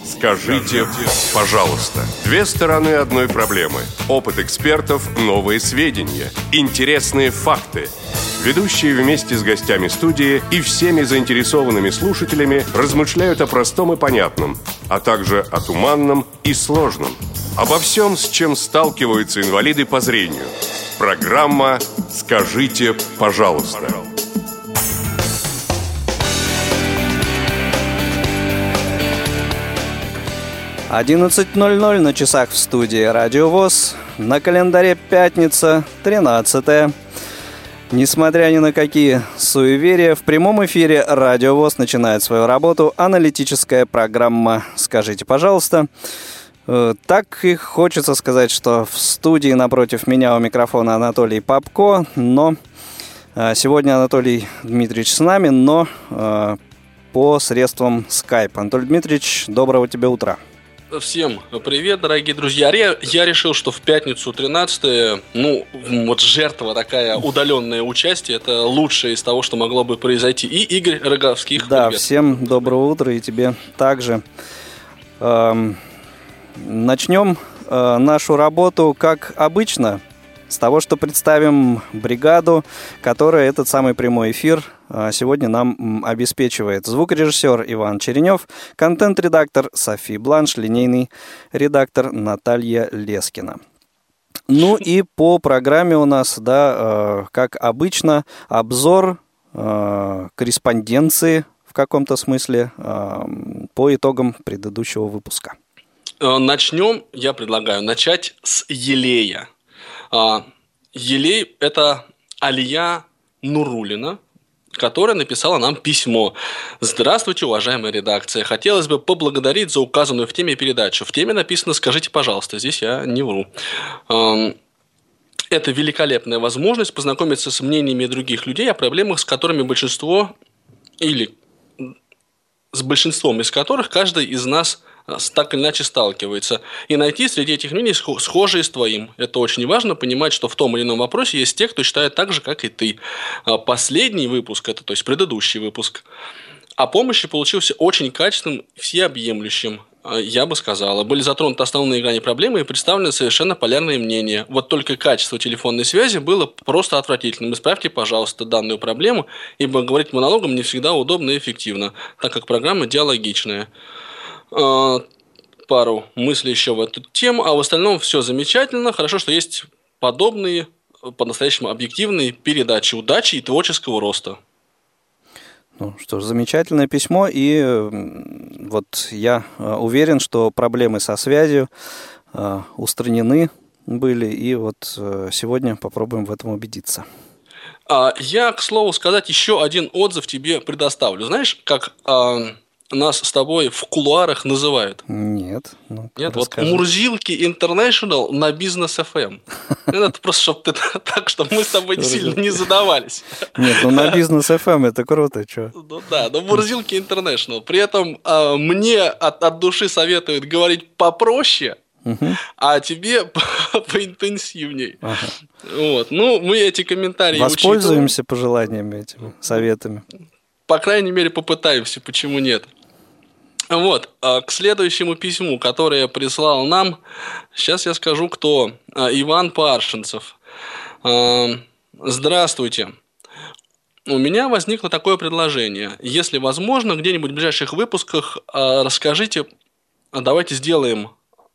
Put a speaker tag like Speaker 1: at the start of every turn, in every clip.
Speaker 1: Скажите, пожалуйста. Две стороны одной проблемы. Опыт экспертов, новые сведения, интересные факты. Ведущие вместе с гостями студии и всеми заинтересованными слушателями размышляют о простом и понятном, а также о туманном и сложном. Обо всем, с чем сталкиваются инвалиды по зрению. Программа «Скажите, пожалуйста».
Speaker 2: 11:00 на часах в студии Радио ВОС. На календаре пятница, 13-е. Несмотря ни на какие суеверия, в прямом эфире Радио ВОС начинает свою работу аналитическая программа «Скажите, пожалуйста». Так и хочется сказать, что в студии напротив меня у микрофона Анатолий Попко, но сегодня Анатолий Дмитриевич с нами, но по средствам Skype. Анатолий Дмитриевич, доброго тебе утра.
Speaker 3: Всем привет, дорогие друзья. Я решил, что в пятницу 13-е, жертва такая, удаленное участие, это лучшее из того, что могло бы произойти. И Игорь Роговских.
Speaker 2: Да,
Speaker 3: привет.
Speaker 2: Всем доброго утра и тебе также. Начнем нашу работу, как обычно, с того, что представим бригаду, которая этот самый прямой эфир сегодня нам обеспечивает. Звукорежиссер Иван Черенев, контент-редактор Софи Бланш, линейный редактор Наталья Лескина. Ну и по программе у нас, как обычно, обзор корреспонденции в каком-то смысле по итогам предыдущего выпуска.
Speaker 3: Я предлагаю начать с Елея. Елей – это Алия Нурулина, которая написала нам письмо. Здравствуйте, уважаемая редакция. Хотелось бы поблагодарить за указанную в теме передачу. В теме написано «Скажите, пожалуйста». Здесь я не вру. Это великолепная возможность познакомиться с мнениями других людей о проблемах, с которыми большинством из которых каждый из нас так или иначе сталкивается. И найти среди этих мнений схожие с твоим. Это очень важно, понимать, что в том или ином вопросе есть те, кто считает так же, как и ты. Последний выпуск, то есть предыдущий выпуск, о помощи получился очень качественным, всеобъемлющим. Я бы сказала. Были затронуты основные грани проблемы и представлены совершенно полярные мнения. Вот только качество телефонной связи было просто отвратительным. Исправьте, пожалуйста, данную проблему, ибо говорить монологом не всегда удобно и эффективно, так как программа диалогичная. Пару мыслей еще в эту тему, а в остальном все замечательно. Хорошо, что есть подобные, по-настоящему объективные передачи удачи и творческого роста.
Speaker 2: Ну что ж, замечательное письмо, и вот я уверен, что проблемы со связью устранены были, и вот сегодня попробуем в этом убедиться.
Speaker 3: Я, к слову сказать, еще один отзыв тебе предоставлю. Знаешь, как нас с тобой в кулуарах называют?
Speaker 2: Нет.
Speaker 3: Нет, расскажи. Вот Мурзилки International на Бизнес FM. Это просто, чтобы мы с тобой сильно не задавались.
Speaker 2: Нет, на Бизнес FM это круто, что?
Speaker 3: Но Мурзилки International. При этом мне от души советуют говорить попроще, а тебе поинтенсивней. Мы эти комментарии
Speaker 2: воспользуемся пожеланиями, этими советами.
Speaker 3: По крайней мере, попытаемся, почему нет. К следующему письму, которое прислал нам, сейчас я скажу, кто. Иван Паршинцев. Здравствуйте. У меня возникло такое предложение. Если возможно, где-нибудь в ближайших выпусках расскажите, давайте сделаем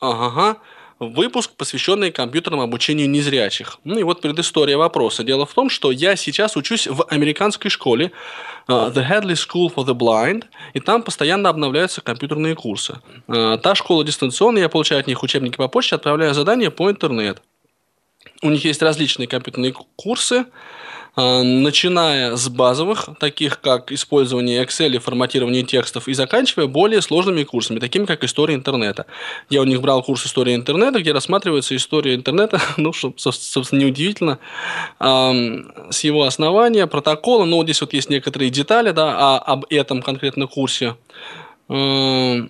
Speaker 3: выпуск, посвященный компьютерному обучению незрячих. И вот предыстория вопроса. Дело в том, что я сейчас учусь в американской школе The Hadley School for the Blind, и там постоянно обновляются компьютерные курсы. Та школа дистанционная, я получаю от них учебники по почте, отправляю задания по интернету. У них есть различные компьютерные курсы, начиная с базовых, таких как использование Excel и форматирование текстов, и заканчивая более сложными курсами, такими как история интернета. Я у них брал курс истории интернета, где рассматривается история интернета, что, собственно, неудивительно, с его основания, протокола. Но вот здесь вот есть некоторые детали, об этом конкретно курсе. В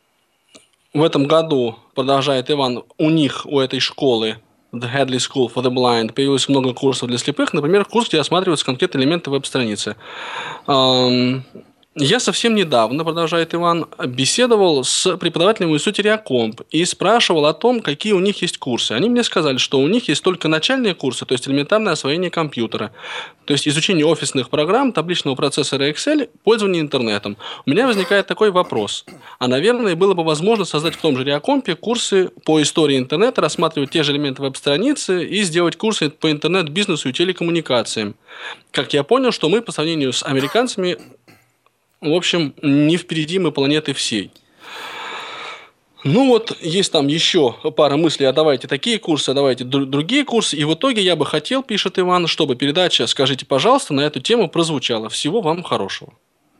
Speaker 3: этом году, продолжает Иван, у этой школы The Hadley School for the Blind появилось много курсов для слепых. Например, курс, где осматриваются конкретные элементы веб-страницы. Я совсем недавно, продолжает Иван, беседовал с преподавателем в институте Реакомп и спрашивал о том, какие у них есть курсы. Они мне сказали, что у них есть только начальные курсы, то есть элементарное освоение компьютера, то есть изучение офисных программ, табличного процессора Excel, пользование интернетом. У меня возникает такой вопрос. А, наверное, было бы возможно создать в том же Реакомпе курсы по истории интернета, рассматривать те же элементы веб-страницы и сделать курсы по интернет-бизнесу и телекоммуникациям. Как я понял, что мы по сравнению с американцами, в общем, не впереди мы планеты всей. Ну вот, есть там еще пара мыслей, а давайте такие курсы, а давайте другие курсы. И в итоге я бы хотел, пишет Иван, чтобы передача «Скажите, пожалуйста» на эту тему прозвучала. Всего вам хорошего.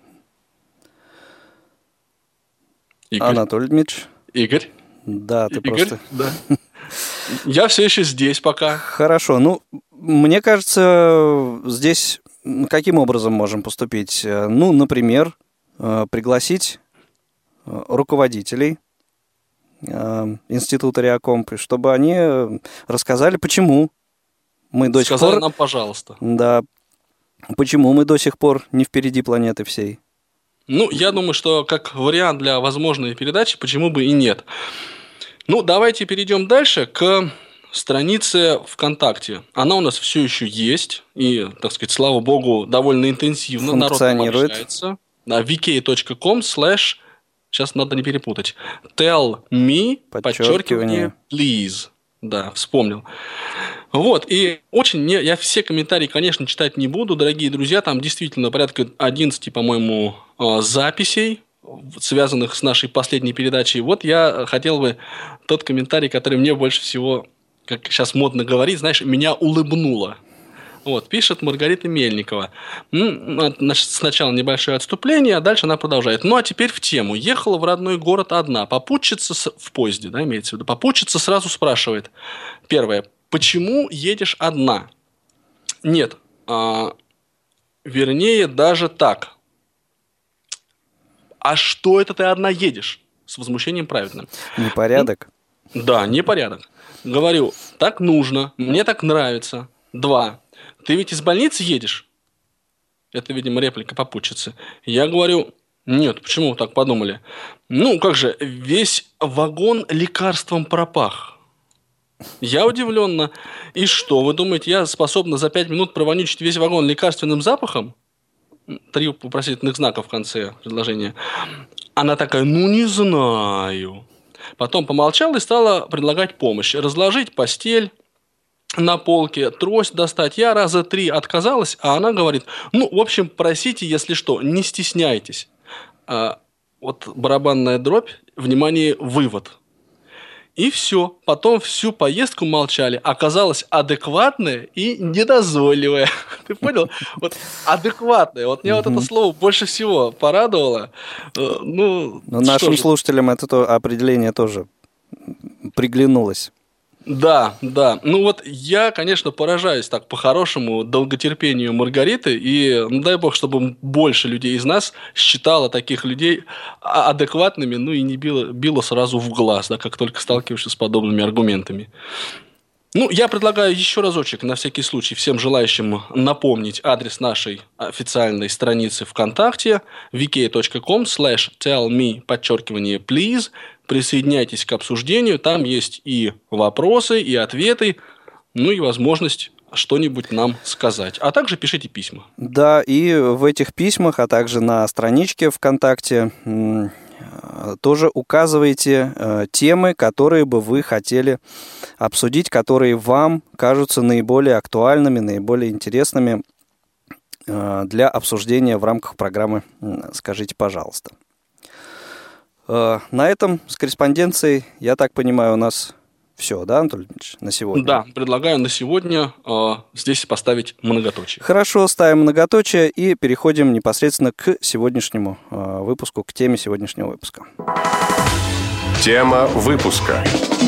Speaker 2: Игорь. Анатолий Дмитриевич.
Speaker 3: Игорь.
Speaker 2: Да, ты
Speaker 3: Игорь?
Speaker 2: просто...
Speaker 3: Да. Я все еще здесь пока.
Speaker 2: Хорошо. Ну, мне кажется, здесь каким образом можем поступить? Ну, например, пригласить руководителей института Реакомп, чтобы они рассказали, почему мы до сих пор...
Speaker 3: Сказали нам, пожалуйста.
Speaker 2: Да, почему мы до сих пор не впереди планеты всей.
Speaker 3: Ну, я думаю, что как вариант для возможной передачи, почему бы и нет. Ну, давайте перейдем дальше к странице ВКонтакте. Она у нас все еще есть, и, так сказать, слава богу, довольно интенсивно народ там общается. На vk.com/ сейчас надо не перепутать. Tell me, подчеркивание, please. Да, вспомнил. Вот, и очень я все комментарии, конечно, читать не буду, дорогие друзья, там действительно порядка 11, по-моему, записей, связанных с нашей последней передачей. Вот я хотел бы тот комментарий, который мне больше всего, как сейчас модно говорить, знаешь, меня улыбнуло. Вот, пишет Маргарита Мельникова. Значит, сначала небольшое отступление, а дальше она продолжает. Ну, а теперь в тему. Ехала в родной город одна. Попутчица в поезде, да, имеется в виду. Попутчица сразу спрашивает. Первое. Почему едешь одна? Нет. Вернее, даже так. А что это ты одна едешь? С возмущением правильно.
Speaker 2: Непорядок.
Speaker 3: Да, непорядок. Говорю, так нужно, мне так нравится. 2. Ты ведь из больницы едешь? Это, видимо, реплика попутчицы. Я говорю, нет, почему вы так подумали? Ну, как же, весь вагон лекарством пропах. Я удивленно. И что, вы думаете, я способна за 5 минут провонючить весь вагон лекарственным запахом? 3 вопросительных знака в конце предложения. Она такая, ну, не знаю. Потом помолчала и стала предлагать помощь. Разложить постель на полке, трость достать. Я раза 3 отказалась, а она говорит, ну, в общем, просите, если что, не стесняйтесь. Вот барабанная дробь, внимание, вывод. И все. Потом всю поездку молчали. Оказалось адекватная и недозойливая. Ты понял? Вот адекватная. Вот мне вот это слово больше всего порадовало. Ну,
Speaker 2: нашим слушателям это определение тоже приглянулось.
Speaker 3: Да, да. Ну вот я, конечно, поражаюсь так по-хорошему долготерпению Маргариты, и дай бог, чтобы больше людей из нас считало таких людей адекватными, ну и не било сразу в глаз, да, как только сталкиваешься с подобными аргументами. Ну, я предлагаю еще разочек, на всякий случай, всем желающим напомнить адрес нашей официальной страницы ВКонтакте vk.com/tellme_please. Присоединяйтесь к обсуждению, там есть и вопросы, и ответы, ну и возможность что-нибудь нам сказать. А также пишите письма.
Speaker 2: Да, и в этих письмах, а также на страничке ВКонтакте тоже указывайте темы, которые бы вы хотели обсудить, которые вам кажутся наиболее актуальными, наиболее интересными для обсуждения в рамках программы «Скажите, пожалуйста». На этом с корреспонденцией, я так понимаю, у нас все, да, Анатолий Дмитриевич, на сегодня?
Speaker 3: Да, предлагаю на сегодня здесь поставить многоточие.
Speaker 2: Хорошо, ставим многоточие и переходим непосредственно к сегодняшнему выпуску, к теме сегодняшнего выпуска.
Speaker 1: Тема выпуска.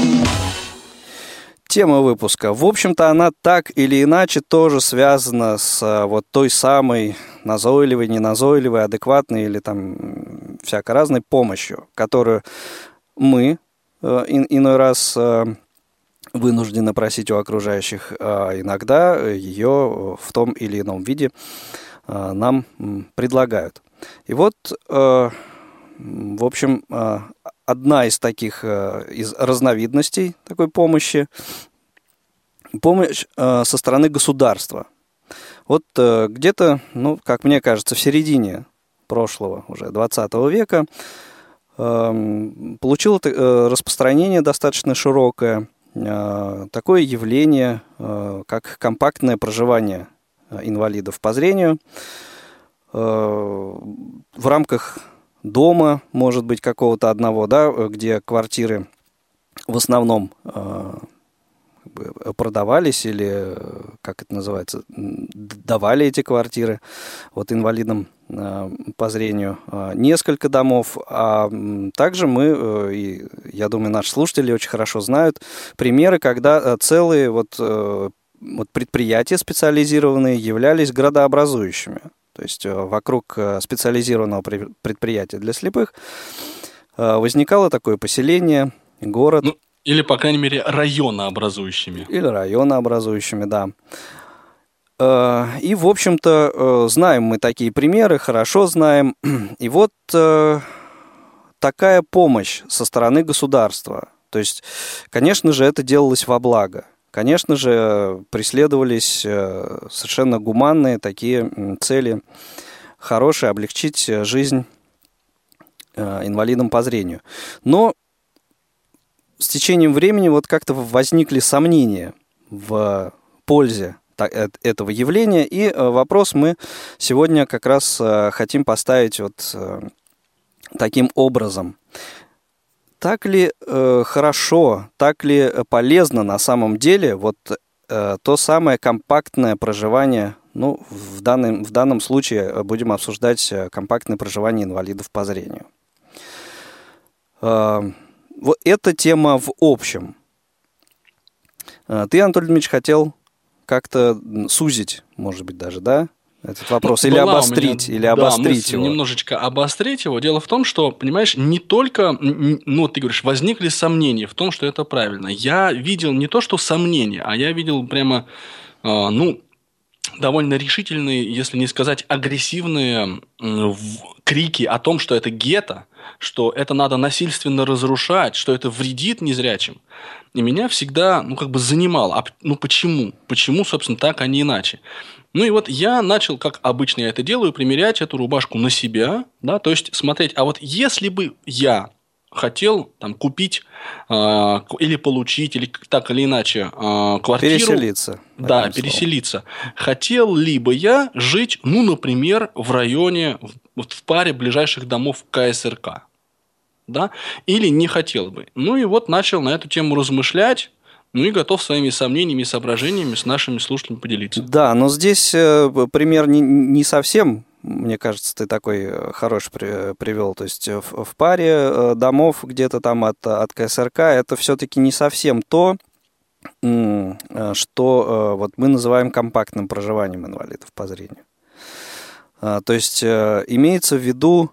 Speaker 2: Тема выпуска. В общем-то, она так или иначе тоже связана с вот той самой назойливой, неназойливой, адекватной или там всяко разной помощью, которую мы иной раз вынуждены просить у окружающих, а иногда ее в том или ином виде нам предлагают. И вот, в общем, одна из таких из разновидностей такой помощи – помощь со стороны государства. Вот где-то, как мне кажется, в середине прошлого, уже 20 века, получило распространение достаточно широкое такое явление, как компактное проживание инвалидов по зрению в рамках дома, может быть, какого-то одного, да, где квартиры в основном продавались или, как это называется, давали эти квартиры инвалидам по зрению. Несколько домов, а также мы, и я думаю, наши слушатели очень хорошо знают, примеры, когда целые предприятия специализированные являлись градообразующими. То есть вокруг специализированного предприятия для слепых возникало такое поселение, город.
Speaker 3: Или, по крайней мере, районообразующими.
Speaker 2: Или районообразующими, да. И, в общем-то, знаем мы такие примеры, хорошо знаем. И вот такая помощь со стороны государства. То есть, конечно же, это делалось во благо. Конечно же, преследовались совершенно гуманные такие цели, хорошие, облегчить жизнь инвалидам по зрению. Но с течением времени как-то возникли сомнения в пользе этого явления, и вопрос мы сегодня как раз хотим поставить таким образом. Так ли хорошо, так ли полезно на самом деле то самое компактное проживание, в данном случае будем обсуждать компактное проживание инвалидов по зрению. Эта тема в общем. Ты, Анатолий Дмитриевич, хотел как-то сузить, может быть, даже, да, этот вопрос, или обострить,
Speaker 3: мысль
Speaker 2: его.
Speaker 3: Немножечко обострить его. Дело в том, что, понимаешь, не только, ты говоришь, возникли сомнения в том, что это правильно. Я видел не то, что сомнения, а я видел прямо, довольно решительные, если не сказать агрессивные крики о том, что это гетто, что это надо насильственно разрушать, что это вредит незрячим. И меня всегда, занимало, почему? Почему, собственно, так, а не иначе? И я начал, как обычно я это делаю, примерять эту рубашку на себя, да, то есть смотреть, а если бы я хотел купить или получить, или так или иначе квартиру.
Speaker 2: Переселиться.
Speaker 3: Да, переселиться. Хотел ли бы я жить, например, в районе, в паре ближайших домов КСРК? Да? Или не хотел бы? Начал на эту тему размышлять. И готов своими сомнениями и соображениями с нашими слушателями поделиться.
Speaker 2: Да, но здесь пример не совсем, мне кажется, ты такой хороший привел. То есть в паре домов где-то там от КСРК это все-таки не совсем то, что мы называем компактным проживанием инвалидов по зрению. То есть имеется в виду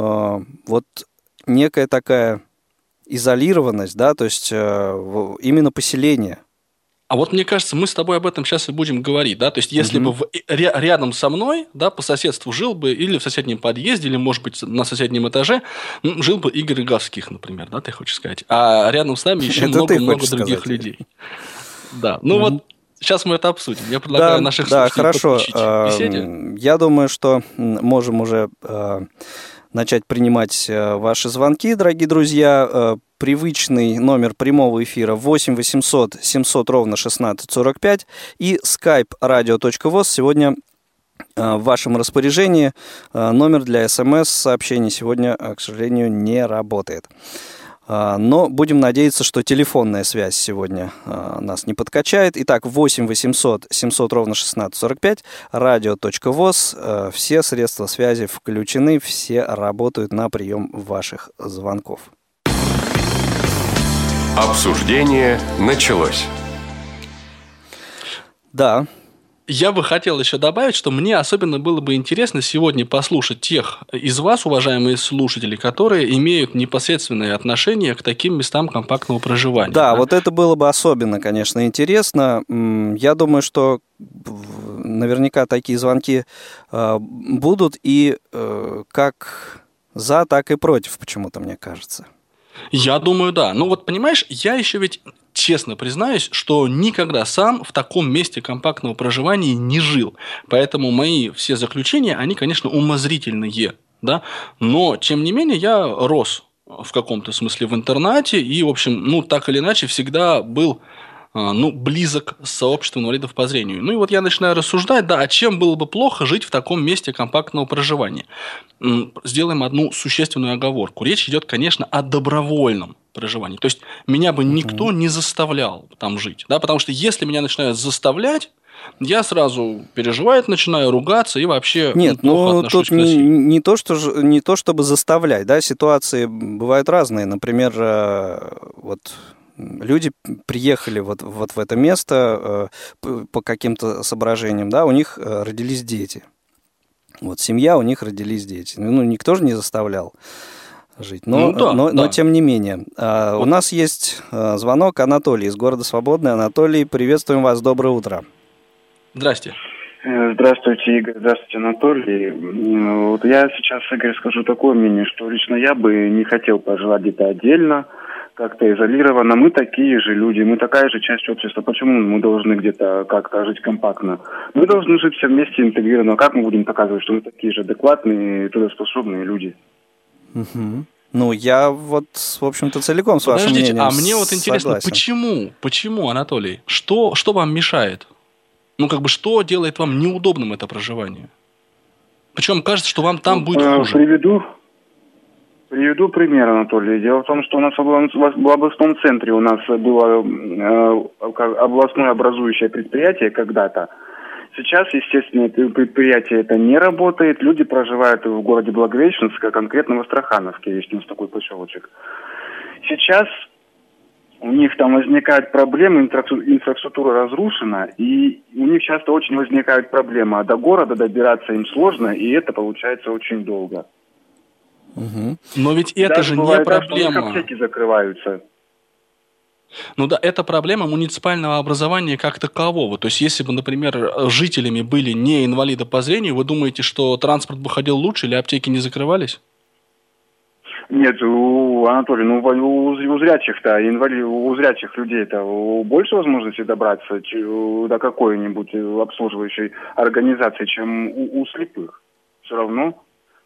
Speaker 2: некая такая изолированность, да, то есть именно поселение.
Speaker 3: А мне кажется, мы с тобой об этом сейчас и будем говорить, да, то есть если бы рядом со мной, да, по соседству жил бы или в соседнем подъезде, или, может быть, на соседнем этаже жил бы Игорь Говских, например, да, ты хочешь сказать, а рядом с нами еще много-много других людей. Да, сейчас мы это обсудим. Я предлагаю наших слушателей подключить к беседе.
Speaker 2: Я думаю, что можем уже начать принимать ваши звонки, дорогие друзья. Привычный номер прямого эфира 8 800 700 ровно 1645 и skype radio.voz сегодня в вашем распоряжении. Номер для СМС-сообщений сегодня, к сожалению, не работает. Но будем надеяться, что телефонная связь сегодня нас не подкачает. Итак, 8 800 700 ровно 1645, radio.voz. Все средства связи включены, все работают на прием ваших звонков.
Speaker 1: Обсуждение началось.
Speaker 2: Да.
Speaker 3: Я бы хотел еще добавить, что мне особенно было бы интересно сегодня послушать тех из вас, уважаемые слушатели, которые имеют непосредственное отношение к таким местам компактного проживания.
Speaker 2: Да, это было бы особенно, конечно, интересно. Я думаю, что наверняка такие звонки будут, и как за, так и против, почему-то, мне кажется.
Speaker 3: Я думаю, да. Ну вот, понимаешь, я еще ведь честно признаюсь, что никогда сам в таком месте компактного проживания не жил. Поэтому мои все заключения, они, конечно, умозрительные, да. Но, тем не менее, я рос в каком-то смысле в интернате и, в общем, ну, так или иначе, всегда был близок с сообществом инвалидов по зрению. Ну и вот я начинаю рассуждать, да, а чем было бы плохо жить в таком месте компактного проживания? Сделаем одну существенную оговорку. Речь идет, конечно, о добровольном проживании. То есть меня бы никто не заставлял там жить, да, потому что если меня начинают заставлять, я сразу переживать начинаю, ругаться и вообще плохо отношусь к насилию.
Speaker 2: Не то, чтобы заставлять, да, ситуации бывают разные. Например, вот люди приехали вот в это место по каким-то соображениям, да, у них родились дети. Вот семья, у них родились дети. Ну, никто же не заставлял жить. Но тем не менее. У нас есть звонок. Анатолий из города Свободный. Анатолий, приветствуем вас. Доброе утро.
Speaker 3: Здрасте.
Speaker 4: Здравствуйте, Игорь. Здравствуйте, Анатолий. Вот я сейчас, Игорь, скажу такое мнение, что лично я бы не хотел проживать где-то отдельно, как-то изолированно. Мы такие же люди, мы такая же часть общества. Почему мы должны где-то как-то жить компактно? Мы должны жить все вместе интегрированно. Как мы будем показывать, что мы такие же адекватные, трудоспособные люди?
Speaker 2: Угу. Ну, я вот, в общем-то, целиком с вашим мнением
Speaker 3: а мне вот интересно,
Speaker 2: согласен.
Speaker 3: почему, Анатолий? Что вам мешает? Ну, как бы, что делает вам неудобным это проживание? Причем кажется, что вам там будет хуже.
Speaker 4: Приведу пример, Анатолий. Дело в том, что у нас в областном центре у нас было областное образующее предприятие когда-то. Сейчас, естественно, это предприятие это не работает. Люди проживают в городе Благовещенск, а конкретно в Астрахановке. Есть у нас такой поселочек. Сейчас у них там возникают проблемы, инфраструктура разрушена, и у них часто очень возникают проблемы. А до города добираться им сложно, и это получается очень долго.
Speaker 2: Угу.
Speaker 3: Но ведь это даже же не проблема.
Speaker 4: Так, что аптеки закрываются.
Speaker 3: Ну да, это проблема муниципального образования как такового. То есть, если бы, например, жителями были не инвалиды по зрению, вы думаете, что транспорт бы ходил лучше или аптеки не закрывались?
Speaker 4: Нет, Анатолий, у зрячих-то, у зрячих людей-то больше возможности добраться до какой-нибудь обслуживающей организации, чем у слепых. Все равно.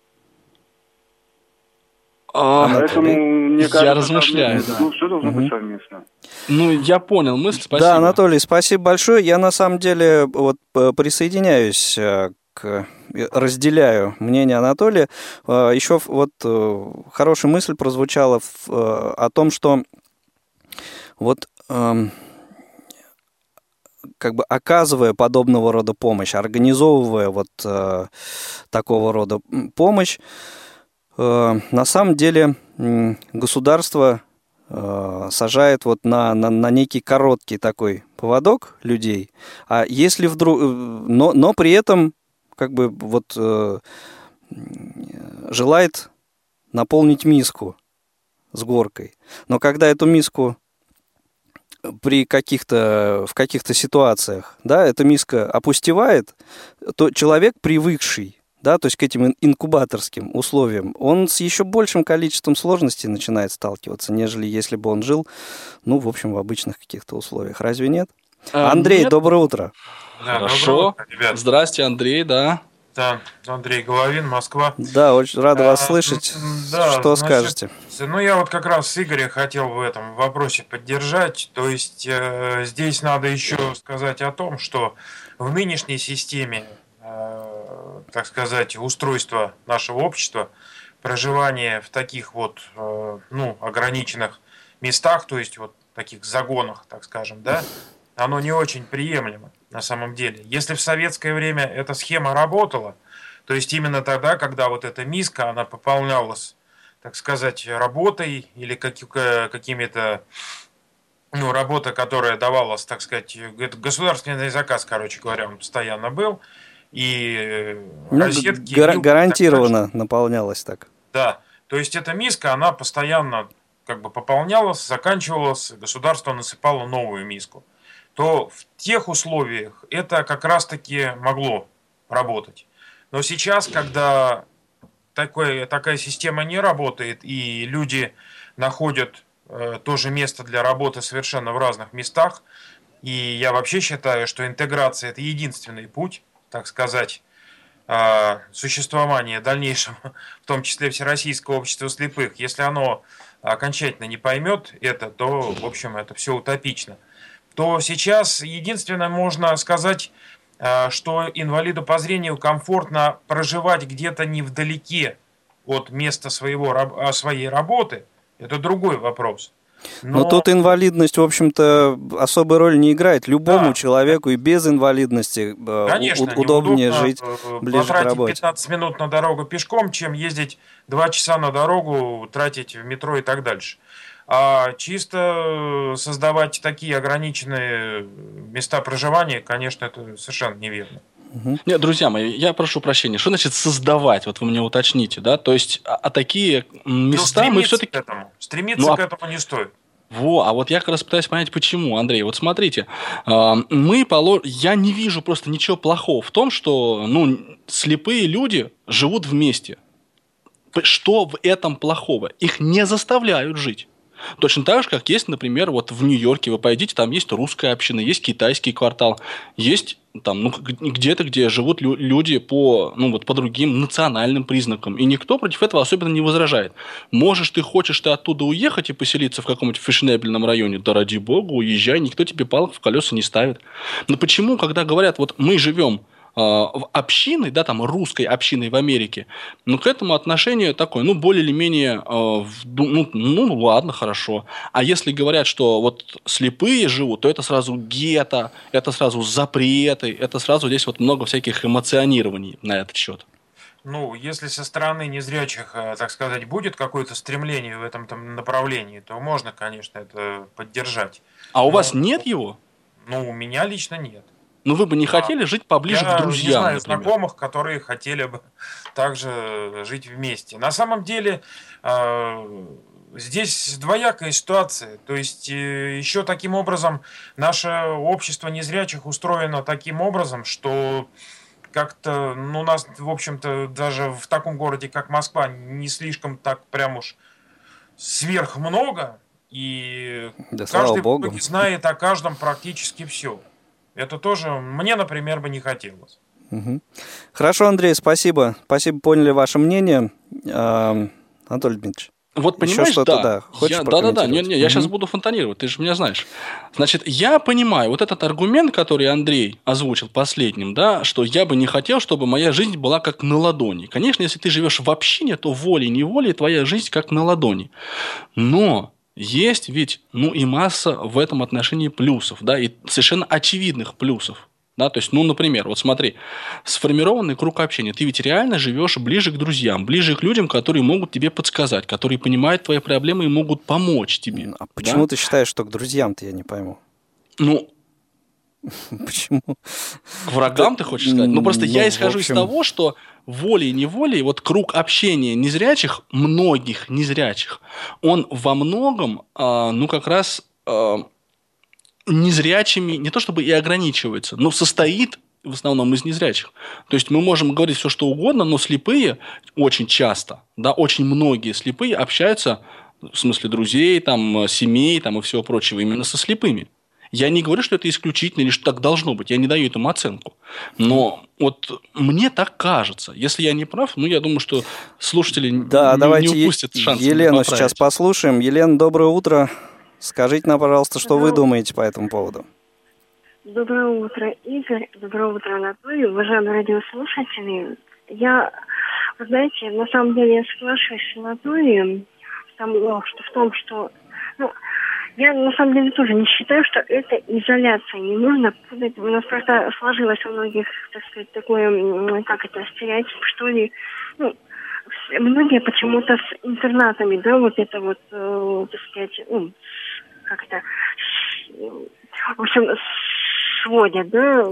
Speaker 4: Поэтому, мне кажется,
Speaker 3: я размышляю, да.
Speaker 4: Все должно быть совместно.
Speaker 3: Ну, я понял мысль, спасибо.
Speaker 2: Да, Анатолий, спасибо большое. Я на самом деле вот присоединяюсь разделяю мнение Анатолия. Еще вот хорошая мысль прозвучала о том, что вот как бы оказывая подобного рода помощь, организовывая вот такого рода помощь, на самом деле государство сажает вот на некий короткий такой поводок людей, а если вдруг, но при этом как бы вот желает наполнить миску с горкой. Но когда эту миску в каких-то ситуациях, да, эта миска опустевает, то человек, привыкший, да, то есть к этим инкубаторским условиям, он с еще большим количеством сложностей начинает сталкиваться, нежели если бы он жил, ну, в общем, в обычных каких-то условиях. Разве нет? Андрей,
Speaker 3: нет.
Speaker 2: Доброе утро.
Speaker 5: Да,
Speaker 3: хорошо.
Speaker 5: Утро, ребят.
Speaker 3: Здрасте, Андрей, да.
Speaker 5: Да, Андрей Головин, Москва.
Speaker 2: Да, очень рада вас слышать.
Speaker 5: Да,
Speaker 2: что скажете?
Speaker 5: Ну, я вот как раз Игоря хотел в этом вопросе поддержать. То есть здесь надо еще сказать о том, что в нынешней системе, так сказать, устройства нашего общества, проживание в таких вот, ограниченных местах, то есть вот таких загонах, так скажем, да, оно не очень приемлемо на самом деле. Если в советское время эта схема работала, то есть именно тогда, когда вот эта миска, она пополнялась, так сказать, работой или какими-то, работа, которая давалась, так сказать, государственный заказ, короче говоря, он постоянно был, и розетки...
Speaker 2: гарантированно наполнялась так.
Speaker 5: Да, то есть эта миска, она постоянно как бы пополнялась, заканчивалась, государство насыпало новую миску. то в тех условиях это как раз-таки могло работать. Но сейчас, когда такая система не работает, и люди находят тоже место для работы совершенно в разных местах, и я вообще считаю, что интеграция – это единственный путь, так сказать, существования дальнейшего, в том числе Всероссийского общества слепых. Если оно окончательно не поймет это, то, в общем, это все утопично. То сейчас единственное можно сказать, что инвалиду по зрению комфортно проживать где-то невдалеке от места своей работы. Это другой вопрос.
Speaker 2: Но тут инвалидность, в общем-то, особой роли не играет. Любому человеку и без инвалидности удобнее жить ближе к работе.
Speaker 5: 15 минут на дорогу пешком, чем ездить 2 часа на дорогу, тратить в метро и так дальше. А чисто создавать такие ограниченные места проживания, конечно, это совершенно неверно.
Speaker 3: Нет, друзья мои, я прошу прощения. Что значит создавать? Вот вы мне уточните, да? То есть, такие места мы все-таки...
Speaker 5: Стремиться к этому не стоит.
Speaker 3: А вот я как раз пытаюсь понять, почему, Андрей. Вот смотрите, я не вижу просто ничего плохого в том, что слепые люди живут вместе. Что в этом плохого? Их не заставляют жить. Точно так же, как есть, например, вот в Нью-Йорке, вы пойдите, там есть русская община, есть китайский квартал, есть там, где-то, где живут люди по другим национальным признакам, и никто против этого особенно не возражает. Хочешь ты оттуда уехать и поселиться в каком-нибудь фешенебельном районе, да ради бога, уезжай, никто тебе палок в колеса не ставит. Но почему, когда говорят, вот мы живем в общиной, да, там русской общиной в Америке, к этому отношение такое, более или менее, ладно, хорошо. А если говорят, что вот слепые живут, то это сразу гетто, это сразу запреты, это сразу здесь вот много всяких эмоционирований на этот счет.
Speaker 5: Если со стороны незрячих, так сказать, будет какое-то стремление в этом направлении, то можно, конечно, это поддержать.
Speaker 3: А у вас нет его?
Speaker 5: У меня лично нет.
Speaker 3: Вы бы не хотели жить поближе к друзьям,
Speaker 5: я знаю
Speaker 3: например?
Speaker 5: Знакомых, которые хотели бы также жить вместе. На самом деле здесь двоякая ситуация. То есть еще таким образом наше общество незрячих устроено таким образом, что как-то нас, в общем-то, даже в таком городе, как Москва, не слишком так прям уж сверх много. И каждый знает о каждом практически все. Это тоже мне, например, бы не хотелось.
Speaker 2: Хорошо, Андрей, спасибо. Спасибо, поняли ваше мнение. Анатолий Дмитриевич.
Speaker 3: Вот понимаешь,
Speaker 2: да.
Speaker 3: Я сейчас буду фонтанировать, ты же меня знаешь. Значит, я понимаю, вот этот аргумент, который Андрей озвучил последним, да, что я бы не хотел, чтобы моя жизнь была как на ладони. Конечно, если ты живешь в общине, то волей-неволей твоя жизнь как на ладони. Но есть ведь, и масса в этом отношении плюсов, да, и совершенно очевидных плюсов. Да, то есть, например, вот смотри, сформированный круг общения. Ты ведь реально живешь ближе к друзьям, ближе к людям, которые могут тебе подсказать, которые понимают твои проблемы и могут помочь тебе.
Speaker 2: А почему ты считаешь, что к друзьям-то я не пойму? Почему?
Speaker 3: К врагам ты хочешь сказать? Просто я исхожу из того, что волей-неволей вот круг общения незрячих, многих незрячих, он во многом, как раз незрячими не то чтобы и ограничивается, но состоит в основном из незрячих. То есть мы можем говорить все, что угодно, но слепые очень часто, да, очень многие слепые общаются, в смысле друзей, семей и всего прочего, именно со слепыми. Я не говорю, что это исключительно или что так должно быть. Я не даю этому оценку. Но вот мне так кажется. Если я не прав, я думаю, что слушатели не упустят шанс.
Speaker 2: Елену сейчас послушаем. Елена, доброе утро. Скажите нам, пожалуйста, что вы думаете по этому поводу.
Speaker 6: Доброе утро, Игорь. Доброе утро, Анатолий. Уважаемые радиослушатели. Вы знаете, на самом деле я соглашусь с Анатолием в том, что... Я на самом деле тоже не считаю, что это изоляция. Не нужно путать. У нас просто сложилось у многих, так сказать, такое, стереотип, что ли. Многие почему-то с интернатами, да, так сказать, в общем, сводят, да.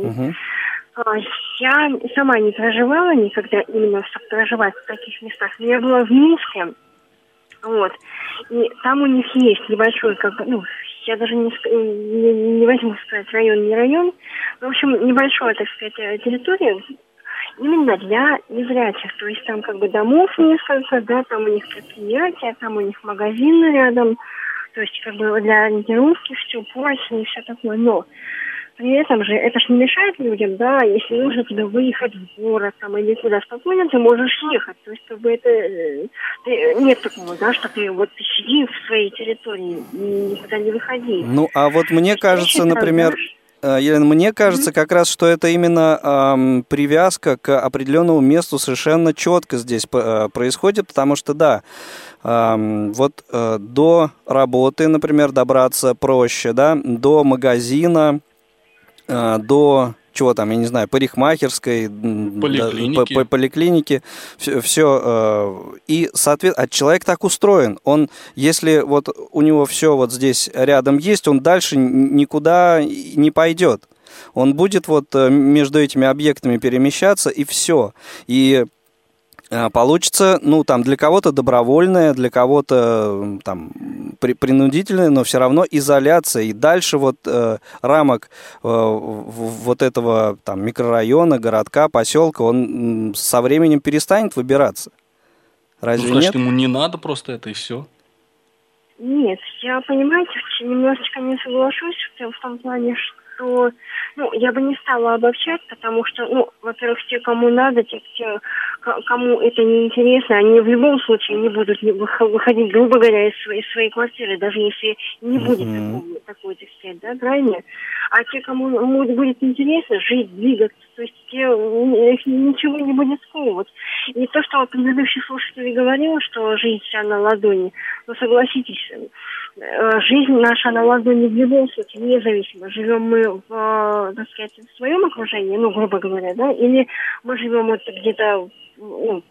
Speaker 6: Я сама не проживала никогда именно, чтобы проживать в таких местах. Я была в Минске. И там у них есть небольшой, я даже не возьму сказать район, не район. В общем, небольшая, так сказать, территория именно для незрячих. То есть там как бы домов несколько, да, там у них предприятия, там у них магазины рядом. То есть как бы для ориентировки все, поручни и все такое. Но при этом же это ж не мешает людям, да, если нужно тебе выехать в город там или куда спокойно, ты можешь ехать. То есть как бы это нет такого, да, что ты вот сиди в своей территории и никуда не выходи.
Speaker 2: Ну, а вот мне кажется, например... Елена, мне кажется как раз, что это именно привязка к определенному месту совершенно четко здесь происходит, потому что, да, вот до работы, например, добраться проще, да, до магазина, до чего там, я не знаю, парикмахерской, поликлиники, все. И, соответственно, человек так устроен. Он, если вот у него все вот здесь рядом есть, он дальше никуда не пойдет. Он будет вот между этими объектами перемещаться, и все. И получится, ну, там, для кого-то добровольная, для кого-то там принудительная, но все равно изоляция. И дальше вот рамок вот этого там микрорайона, городка, поселка, он со временем перестанет выбираться. Разве
Speaker 3: ну, значит,
Speaker 2: нет?
Speaker 3: ему не надо просто это, и все.
Speaker 6: Нет, я, понимаете, немножечко не соглашусь в том плане, что, ну, я бы не стала обобщать, потому что, ну, во-первых, те, кому надо, те, кому это не интересно, они в любом случае не будут выходить, грубо говоря, из своей квартиры, даже если не будет такой, так сказать, да, крайне. А те, кому будет интересно жить, двигаться, то есть их ничего не будет сковывать. И то, что предыдущий слушатель говорил, что жизнь вся на ладони, ну, согласитесь, жизнь наша на ладони в любом случае, независимо, живем мы так сказать, в своем окружении, ну, грубо говоря, да, или мы живем вот где-то, ну,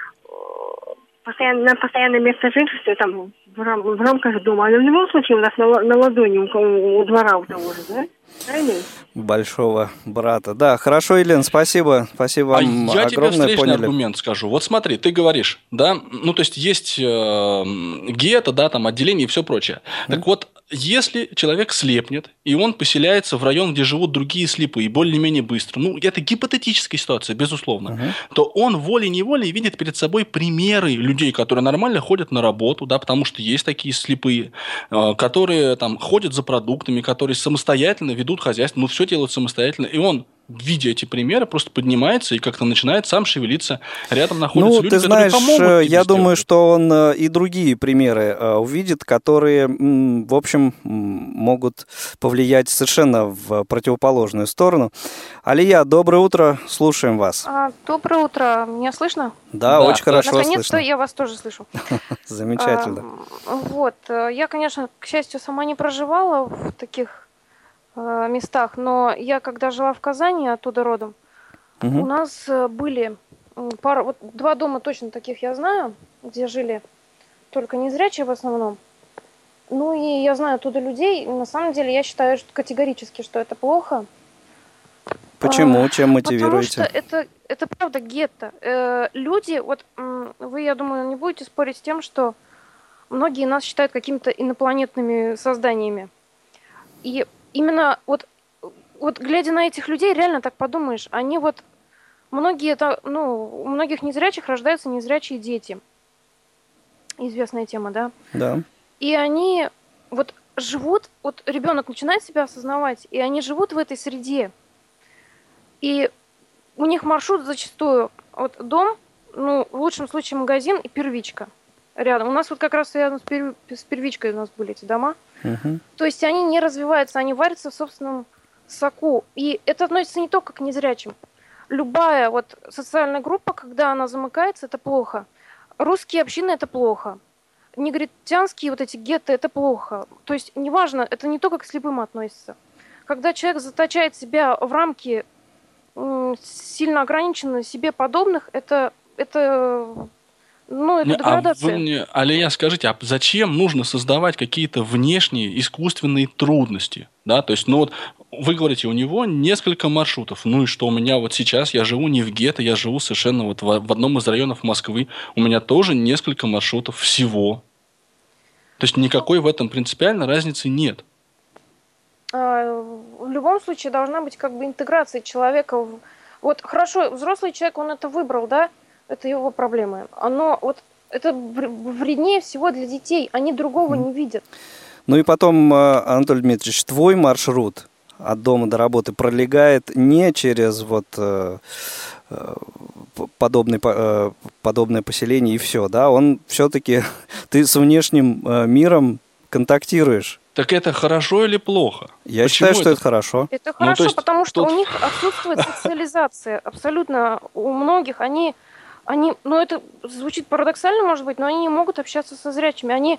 Speaker 6: на постоянное место жительства, там, в рамках дома. Но в любом случае у нас на ладони у двора у того же, да? Правильно?
Speaker 2: Большого брата. Да, хорошо, Елена, спасибо. Спасибо вам огромное.
Speaker 3: Я тебе встречный аргумент скажу. Вот смотри, ты говоришь, да, ну, то есть есть гетто, да, там, отделение и все прочее. Так вот, если человек слепнет, и он поселяется в район, где живут другие слепые, более-менее быстро, ну, это гипотетическая ситуация, безусловно, то он волей-неволей видит перед собой примеры людей, которые нормально ходят на работу, да, потому что есть такие слепые, которые там ходят за продуктами, которые самостоятельно ведут хозяйство, ну, все делают самостоятельно, и он, видя эти примеры, просто поднимается и как-то начинает сам шевелиться. Рядом находятся люди, которые помогут. Ну, ты знаешь,
Speaker 2: я думаю, что он и другие примеры увидит, которые, в общем, могут повлиять совершенно в противоположную сторону. Алия, доброе утро, слушаем вас.
Speaker 7: Доброе утро, меня слышно?
Speaker 2: Да, очень хорошо слышно.
Speaker 7: Наконец-то я вас тоже слышу.
Speaker 2: Замечательно.
Speaker 7: Вот, я, конечно, к счастью, сама не проживала в таких местах, но я, когда жила в Казани, оттуда родом, у нас были вот 2 дома точно таких я знаю, где жили только незрячие в основном. Ну и я знаю оттуда людей, и на самом деле я считаю что категорически, что это плохо.
Speaker 2: Почему? Чем мотивируете?
Speaker 7: Потому что это правда гетто. Люди, вот вы, я думаю, не будете спорить с тем, что многие нас считают какими-то инопланетными созданиями. И именно вот глядя на этих людей, реально так подумаешь, они вот, многие, у многих незрячих рождаются незрячие дети. Известная тема, да?
Speaker 2: Да.
Speaker 7: И они вот живут, вот ребенок начинает себя осознавать, и они живут в этой среде. И у них маршрут зачастую, вот дом, ну, в лучшем случае магазин и первичка рядом. У нас вот как раз рядом с первичкой у нас были эти дома. То есть они не развиваются, они варятся в собственном соку. И это относится не только к незрячим. Любая вот социальная группа, когда она замыкается, это плохо. Русские общины – это плохо. Негритянские вот эти гетто – это плохо. То есть неважно, это не только к слепым относится. Когда человек заточает себя в рамки сильно ограниченных себе подобных, это деградация.
Speaker 3: А вы мне, Алия, скажите, а зачем нужно создавать какие-то внешние искусственные трудности? Да, то есть, ну вот вы говорите, у него несколько маршрутов. Ну и что, у меня вот сейчас, я живу не в гетто, я живу совершенно вот в одном из районов Москвы. У меня тоже несколько маршрутов всего. То есть никакой в этом принципиально разницы нет.
Speaker 7: в любом случае должна быть как бы интеграция человека. Вот хорошо, взрослый человек, он это выбрал, да, это его проблемы. Но вот это вреднее всего для детей, они другого не видят.
Speaker 2: Ну и потом, Анатолий Дмитриевич, твой маршрут от дома до работы пролегает не через вот подобное поселение и все, да, он все-таки, ты с внешним миром контактируешь.
Speaker 3: Так это хорошо или плохо?
Speaker 2: Я считаю, что это хорошо.
Speaker 7: Это хорошо, потому что у них отсутствует социализация. Абсолютно у многих они, ну это звучит парадоксально, может быть, но они не могут общаться со зрячими.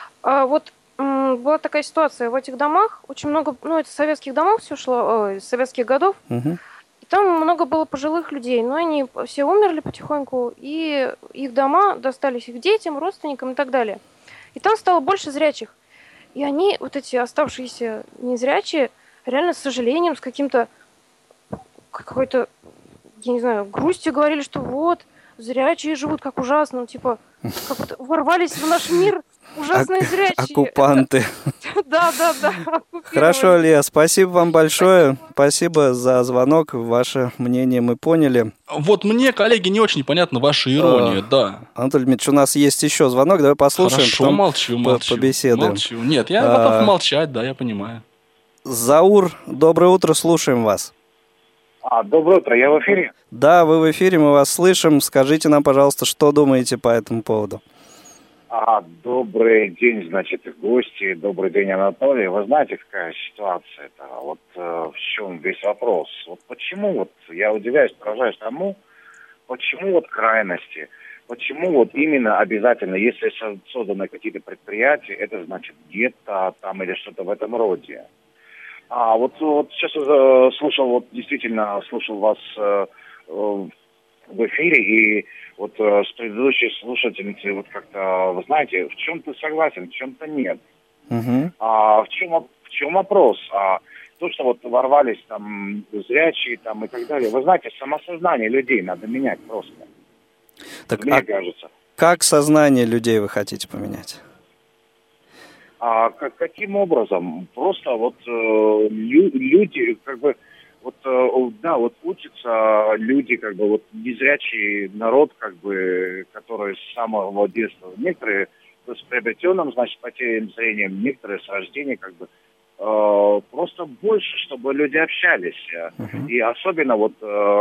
Speaker 7: Была такая ситуация в этих домах, очень много, ну это советских домов все шло, советских годов, и там много было пожилых людей, но они все умерли потихоньку, и их дома достались их детям, родственникам и так далее. И там стало больше зрячих. И они, вот эти оставшиеся незрячие, реально с сожалением, с какой-то, я не знаю, грустью говорили, что вот, зрячие живут как ужасно, типа, как вот ворвались в наш мир ужасные зрячие.
Speaker 2: Оккупанты.
Speaker 7: Да.
Speaker 2: Хорошо, Лия, спасибо вам большое. Спасибо за звонок. Ваше мнение мы поняли.
Speaker 3: Вот мне, коллеги, не очень понятна ваша ирония, да.
Speaker 2: Анатолий Дмитриевич, у нас есть еще звонок, давай послушаем.
Speaker 3: Хорошо, молчу.
Speaker 2: Побеседуем.
Speaker 3: Молчу. Нет, я готов молчать, да, я понимаю.
Speaker 2: Заур, доброе утро, слушаем вас.
Speaker 8: Доброе утро, я в эфире?
Speaker 2: Да, вы в эфире, мы вас слышим. Скажите нам, пожалуйста, что думаете по этому поводу?
Speaker 8: Добрый день, значит, гости, добрый день, Анатолий. Вы знаете, какая ситуация-то? Вот в чем весь вопрос? Вот почему, вот я удивляюсь, поражаюсь тому, почему вот крайности, почему вот именно обязательно, если созданы какие-то предприятия, это значит гетто там или что-то в этом роде. Вот сейчас слушал вас в эфире, и вот с предыдущей слушательницей вот как-то, вы знаете, в чем-то согласен, в чем-то нет. В чем вопрос? То, что вот ворвались там зрячие там и так далее, вы знаете, самосознание людей надо менять просто.
Speaker 2: Так,
Speaker 8: мне кажется.
Speaker 2: Как сознание людей вы хотите поменять?
Speaker 8: Каким образом? Просто вот люди как бы учатся люди, как бы вот незрячий народ, как бы, который с самого детства, некоторые с приобретенным, значит, потерянным зрением, некоторые с рождения, как бы, просто больше, чтобы люди общались. И особенно вот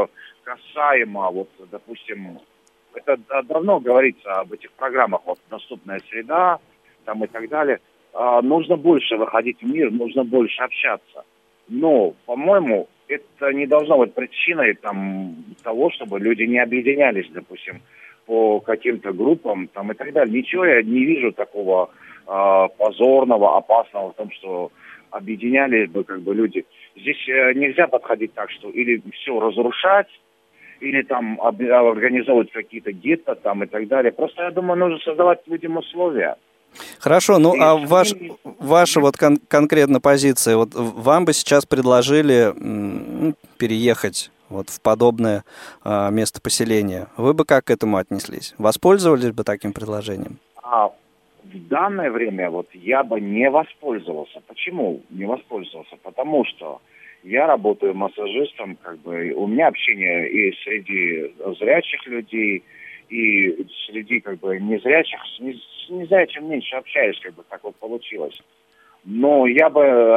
Speaker 8: касаемо, вот, допустим, это давно говорится об этих программах, вот, «Доступная среда», там и так далее. Нужно больше выходить в мир, нужно больше общаться. Но, по-моему, это не должно быть причиной того, чтобы люди не объединялись, допустим, по каким-то группам там, и так далее. Ничего я не вижу такого позорного, опасного в том, что объединялись бы как бы люди. Здесь нельзя подходить так, что или все разрушать, или там организовывать какие-то гетто там, и так далее. Просто, я думаю, нужно создавать людям условия.
Speaker 2: Хорошо, ну а ваша вот конкретно позиция, вот вам бы сейчас предложили переехать вот в подобное место поселения, вы бы как к этому отнеслись? Воспользовались бы таким предложением?
Speaker 8: В данное время вот я бы не воспользовался. Почему не воспользовался? Потому что я работаю массажистом, как бы у меня общение и среди зрячих людей, и среди как бы незрячих, с незрячим меньше общаюсь, как бы так вот получилось. Но я бы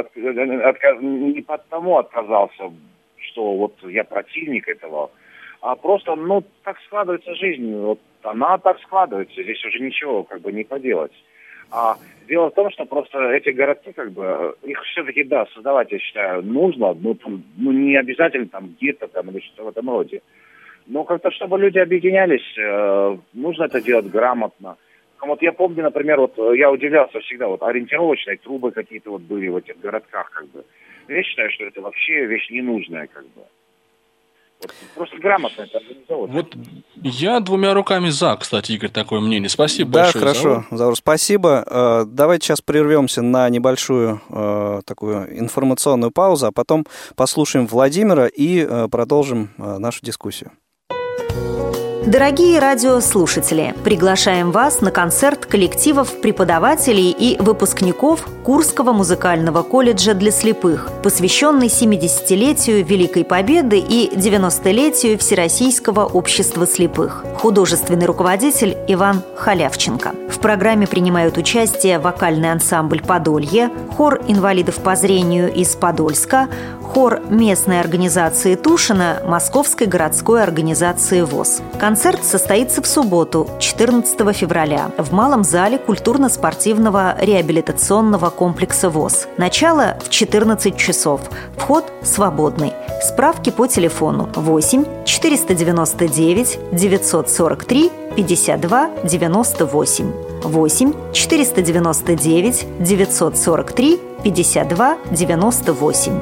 Speaker 8: не потому отказался, что вот я противник этого, а просто, так складывается жизнь, вот она так складывается, здесь уже ничего как бы не поделать. Дело в том, что просто эти городки, как бы, их все-таки, да, создавать, я считаю, нужно, не обязательно там гетто там или что-то в этом роде. Но как-то, чтобы люди объединялись, нужно это делать грамотно. Вот я помню, например, вот я удивлялся всегда, вот ориентировочные трубы какие-то вот были в этих городках, как бы. Я считаю, что это вообще вещь ненужная, как бы. Вот, просто грамотно это организовывать.
Speaker 3: Вот я двумя руками за, кстати, Игорь, такое мнение. Спасибо большое.
Speaker 2: Да, хорошо, Заур, спасибо. Давайте сейчас прервемся на небольшую такую информационную паузу, а потом послушаем Владимира и продолжим нашу дискуссию.
Speaker 9: Дорогие радиослушатели, приглашаем вас на концерт коллективов преподавателей и выпускников Курского музыкального колледжа для слепых, посвященный 70-летию Великой Победы и 90-летию Всероссийского общества слепых. Художественный руководитель Иван Халявченко. В программе принимают участие вокальный ансамбль «Подолье», хор инвалидов по зрению из Подольска, хор местной организации Тушино, Московской городской организации ВОС. Концерт состоится в субботу, 14 февраля, в Малом зале культурно-спортивного реабилитационного комплекса ВОС. Начало в 14 часов. Вход свободный. Справки по телефону 8 499 943 52 98. 8 499 943 52 98.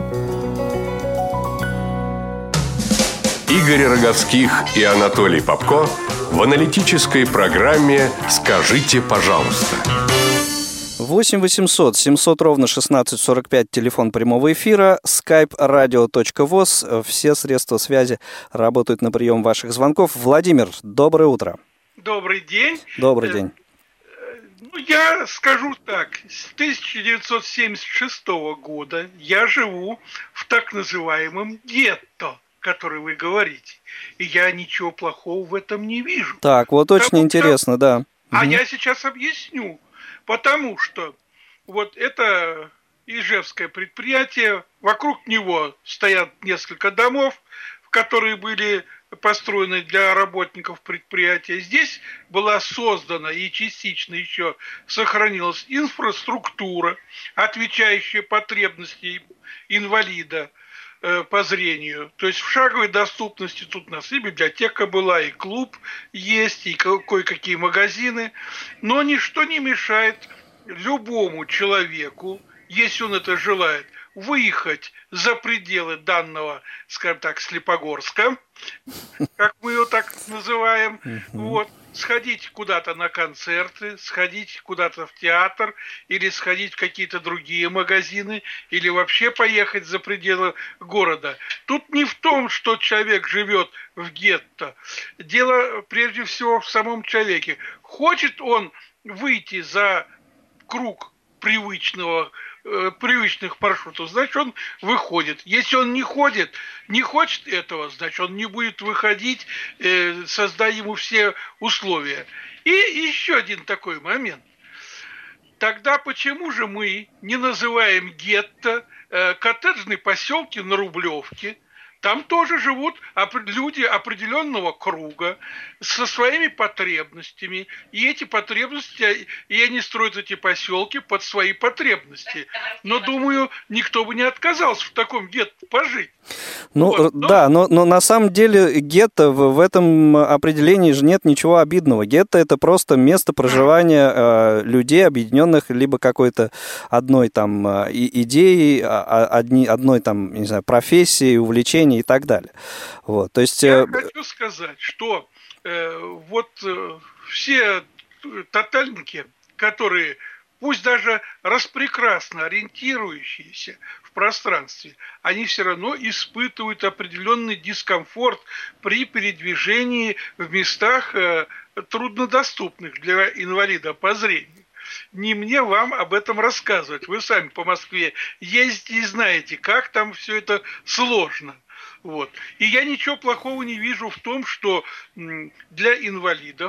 Speaker 1: Игорь Роговских и Анатолий Попко в аналитической программе «Скажите, пожалуйста».
Speaker 2: 8 800 700 ровно 1645, телефон прямого эфира, skype radio.voz. Все средства связи работают на прием ваших звонков. Владимир, доброе утро.
Speaker 10: Добрый день.
Speaker 2: Добрый день.
Speaker 10: Ну, я скажу так. С 1976 года я живу в так называемом гетто, который вы говорите. И я ничего плохого в этом не вижу.
Speaker 2: Так, вот очень интересно, да.
Speaker 10: А я сейчас объясню. Потому что вот это ижевское предприятие, вокруг него стоят несколько домов, которые были построены для работников предприятия. Здесь была создана и частично еще сохранилась инфраструктура, отвечающая потребностям инвалида по зрению. То есть в шаговой доступности тут у нас и библиотека была, и клуб есть, и кое-какие магазины. Но ничто не мешает любому человеку, если он это желает, выехать за пределы данного, скажем так, Слепогорска, как мы его так называем, вот, сходить куда-то на концерты, сходить куда-то в театр, или сходить в какие-то другие магазины, или вообще поехать за пределы города. Тут не в том, что человек живет в гетто. Дело прежде всего в самом человеке. Хочет он выйти за круг привычных маршрутов, значит, он выходит. Если он не хочет этого, значит, он не будет выходить, создай ему все условия. И еще один такой момент. Тогда почему же мы не называем гетто коттеджные поселки на Рублевке? Там тоже живут люди определенного круга со своими потребностями. И эти потребности, и они строят эти поселки под свои потребности. Но, думаю, никто бы не отказался в таком гетто пожить.
Speaker 2: Ну, вот, да, но на самом деле гетто в этом определении же нет ничего обидного. Гетто – это просто место проживания людей, объединенных либо какой-то одной там идеей, одной там, не знаю, профессией, увлечением и так далее. Вот, то есть...
Speaker 10: Я хочу сказать, что вот все тотальники, которые, пусть даже распрекрасно ориентирующиеся в пространстве, они все равно испытывают определенный дискомфорт при передвижении в местах труднодоступных для инвалида по зрению. Не мне вам об этом рассказывать. Вы сами по Москве ездите и знаете, как там все это сложно. Вот. И я ничего плохого не вижу в том, что для инвалидов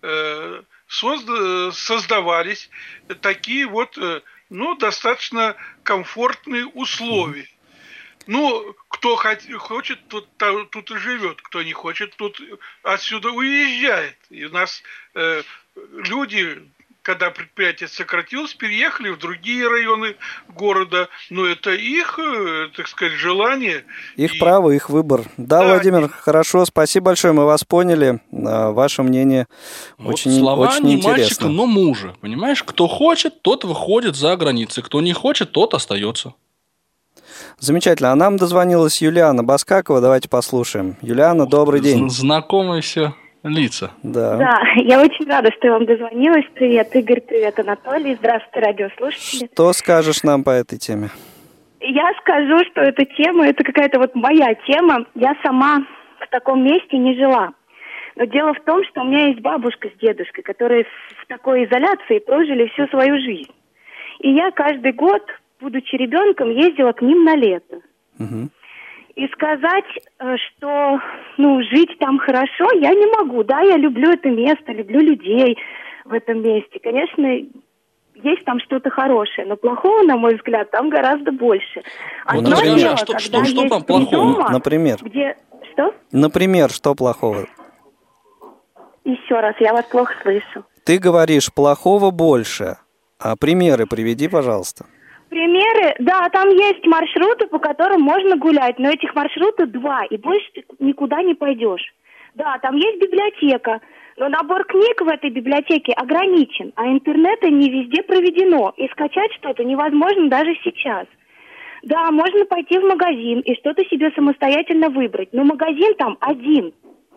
Speaker 10: создавались такие вот, ну, достаточно комфортные условия. Ну, кто хочет, тут и живет, кто не хочет, тут отсюда уезжает. И у нас люди, когда предприятие сократилось, переехали в другие районы города. Но это их, так сказать, желание.
Speaker 2: Их право, их выбор. Да, Владимир, хорошо, спасибо большое, мы вас поняли. Ваше мнение вот очень,
Speaker 3: слова
Speaker 2: очень
Speaker 3: не
Speaker 2: интересно.
Speaker 3: Мальчика, но мужа. Понимаешь, кто хочет, тот выходит за границы. Кто не хочет, тот остается.
Speaker 2: Замечательно. А нам дозвонилась Юлиана Баскакова. Давайте послушаем. Юлиана, добрый день.
Speaker 3: Знакомые все лица.
Speaker 11: Да, я очень рада, что я вам дозвонилась. Привет, Игорь, привет, Анатолий. Здравствуйте, радиослушатели.
Speaker 2: Что скажешь нам по этой теме?
Speaker 11: Я скажу, что эта тема, это какая-то вот моя тема. Я сама в таком месте не жила. Но дело в том, что у меня есть бабушка с дедушкой, которые в такой изоляции прожили всю свою жизнь. И я каждый год, будучи ребенком, ездила к ним на лето.
Speaker 2: Угу.
Speaker 11: И сказать, что жить там хорошо, я не могу. Да, я люблю это место, люблю людей в этом месте. Конечно, есть там что-то хорошее, но плохого, на мой взгляд, там гораздо больше.
Speaker 3: Одно дело, что там плохого?
Speaker 11: Дома,
Speaker 2: например?
Speaker 11: Что?
Speaker 2: Например, что плохого?
Speaker 11: Еще раз, я вас плохо слышу.
Speaker 2: Ты говоришь, плохого больше. А примеры приведи, пожалуйста.
Speaker 11: Примеры? Да, там есть маршруты, по которым можно гулять, но этих маршрутов 2, и больше ты никуда не пойдешь. Да, там есть библиотека, но набор книг в этой библиотеке ограничен, а интернета не везде проведено, и скачать что-то невозможно даже сейчас. Да, можно пойти в магазин и что-то себе самостоятельно выбрать, но магазин там один.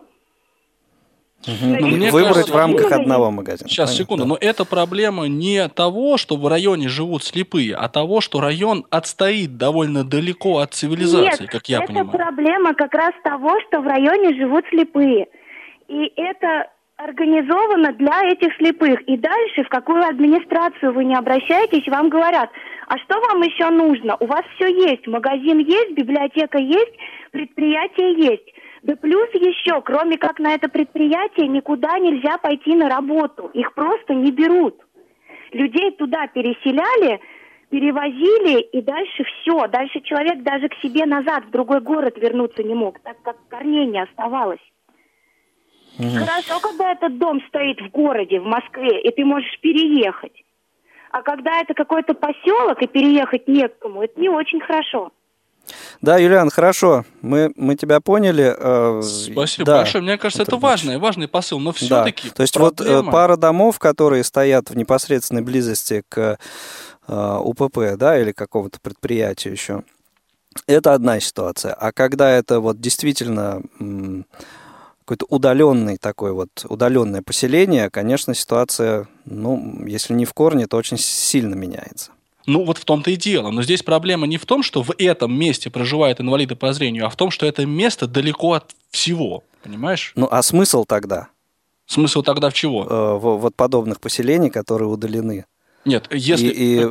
Speaker 2: Выбрать в рамках одного магазина.
Speaker 3: Сейчас, понятно, секунду. Да. Но это проблема не того, что в районе живут слепые, а того, что район отстоит довольно далеко от цивилизации, как я понимаю.
Speaker 11: Это проблема как раз того, что в районе живут слепые. И это организовано для этих слепых. И дальше, в какую администрацию вы не обращаетесь, вам говорят, а что вам еще нужно? У вас все есть. Магазин есть, библиотека есть, предприятие есть. Да плюс еще, кроме как на это предприятие, никуда нельзя пойти на работу. Их просто не берут. Людей туда переселяли, перевозили, и дальше все. Дальше человек даже к себе назад, в другой город вернуться не мог, так как корней не оставалось. Хорошо, когда этот дом стоит в городе, в Москве, и ты можешь переехать. А когда это какой-то поселок, и переехать некому, это не очень хорошо.
Speaker 2: Да, Юлиан, хорошо, мы тебя поняли.
Speaker 3: Спасибо большое. Мне кажется, это важный посыл, но все-таки...
Speaker 2: Да. То есть проблема... вот пара домов, которые стоят в непосредственной близости к УПП, да, или какого-то предприятия еще, это одна ситуация. А когда это вот действительно какое-то удаленное поселение, конечно, ситуация, если не в корне, то очень сильно меняется.
Speaker 3: Ну, вот в том-то и дело. Но здесь проблема не в том, что в этом месте проживают инвалиды по зрению, а в том, что это место далеко от всего. Понимаешь?
Speaker 2: Ну, а смысл тогда?
Speaker 3: Смысл тогда в чего?
Speaker 2: Вот подобных поселений, которые удалены.
Speaker 3: Нет, если...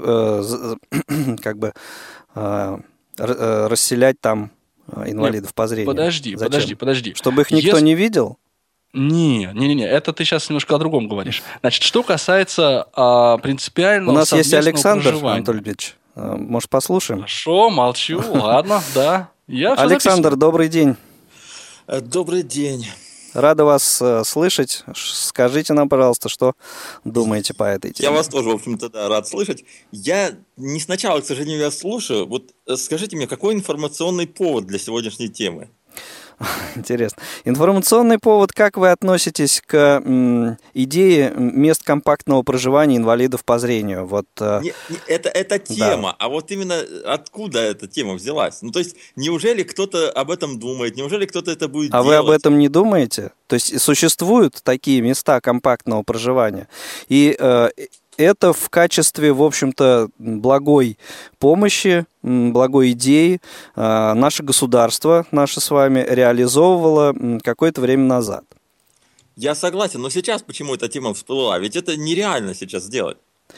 Speaker 2: расселять там инвалидов по зрению.
Speaker 3: Подожди.
Speaker 2: Чтобы их никто не видел?
Speaker 3: Не, это ты сейчас немножко о другом говоришь. Значит, что касается принципиального
Speaker 2: у нас есть Александр
Speaker 3: проживания.
Speaker 2: Анатольевич. Может, послушаем?
Speaker 3: Хорошо, молчу. Ладно, да.
Speaker 2: Александр, добрый день.
Speaker 12: Добрый день.
Speaker 2: Рада вас слышать. Скажите нам, пожалуйста, что думаете по этой теме.
Speaker 12: Я вас тоже, в общем-то, рад слышать. Я не сначала, к сожалению, я слушаю. Вот скажите мне, какой информационный повод для сегодняшней темы?
Speaker 2: Интересно. Информационный повод. Как вы относитесь к идее мест компактного проживания инвалидов по зрению? Вот,
Speaker 12: это тема. Да. А вот именно откуда эта тема взялась? Ну, то есть, неужели кто-то об этом думает? Неужели кто-то это будет делать?
Speaker 2: А вы об этом не думаете? То есть, существуют такие места компактного проживания? И это в качестве, в общем-то, благой помощи, благой идеи наше государство, наше с вами, реализовывало какое-то время назад.
Speaker 12: Я согласен, но сейчас почему эта тема всплыла? Ведь это нереально сейчас сделать.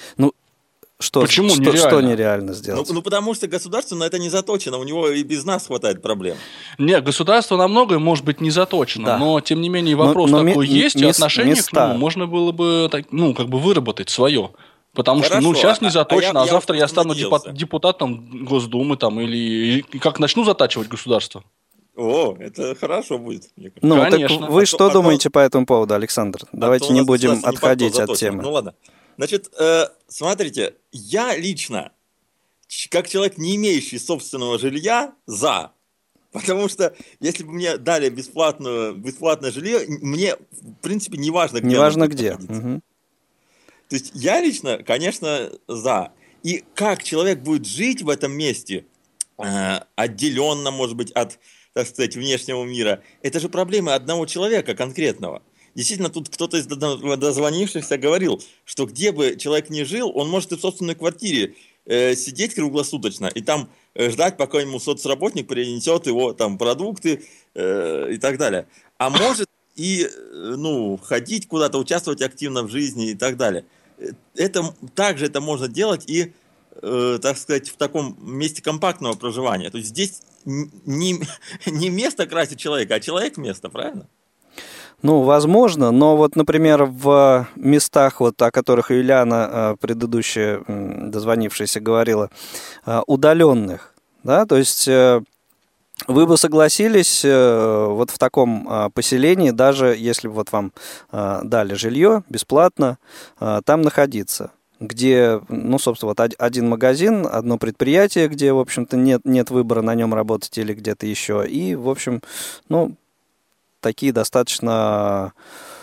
Speaker 2: Почему нереально? Что нереально сделать?
Speaker 12: Потому что государство на это не заточено, у него и без нас хватает проблем.
Speaker 3: Нет, государство на многое может быть не заточено, да. Но тем не менее вопрос такой есть, и отношение к нему можно было бы выработать свое. Потому что сейчас не заточено, а завтра я стану депутатом Госдумы или как начну затачивать государство.
Speaker 12: О, это хорошо будет.
Speaker 2: Конечно. Так вы что думаете по этому поводу, Александр? Давайте не будем отходить от темы.
Speaker 12: Ну ладно. Значит, смотрите, я лично, как человек, не имеющий собственного жилья, за. Потому что если бы мне дали бесплатное жилье, мне, в принципе, не важно, где.
Speaker 2: Не важно где.
Speaker 12: Угу. То есть я лично, конечно, за. И как человек будет жить в этом месте, отделенно, может быть, от, так сказать, внешнего мира, это же проблема одного человека конкретного. Действительно, тут кто-то из дозвонившихся говорил, что где бы человек ни жил, он может и в собственной квартире сидеть круглосуточно и там ждать, пока ему соцработник принесет его там продукты и так далее. А может и, ходить куда-то, участвовать активно в жизни и так далее. Также это можно делать и, так сказать, в таком месте компактного проживания. То есть здесь не место красит человека, а человек место, правильно?
Speaker 2: Возможно, но вот, например, в местах, вот, о которых Юлиана, предыдущая дозвонившаяся, говорила, удаленных, да, то есть вы бы согласились вот в таком поселении, даже если вот вам дали жилье бесплатно, там находиться, где, собственно, вот один магазин, одно предприятие, где, в общем-то, нет выбора на нем работать или где-то еще, и, в общем, такие достаточно,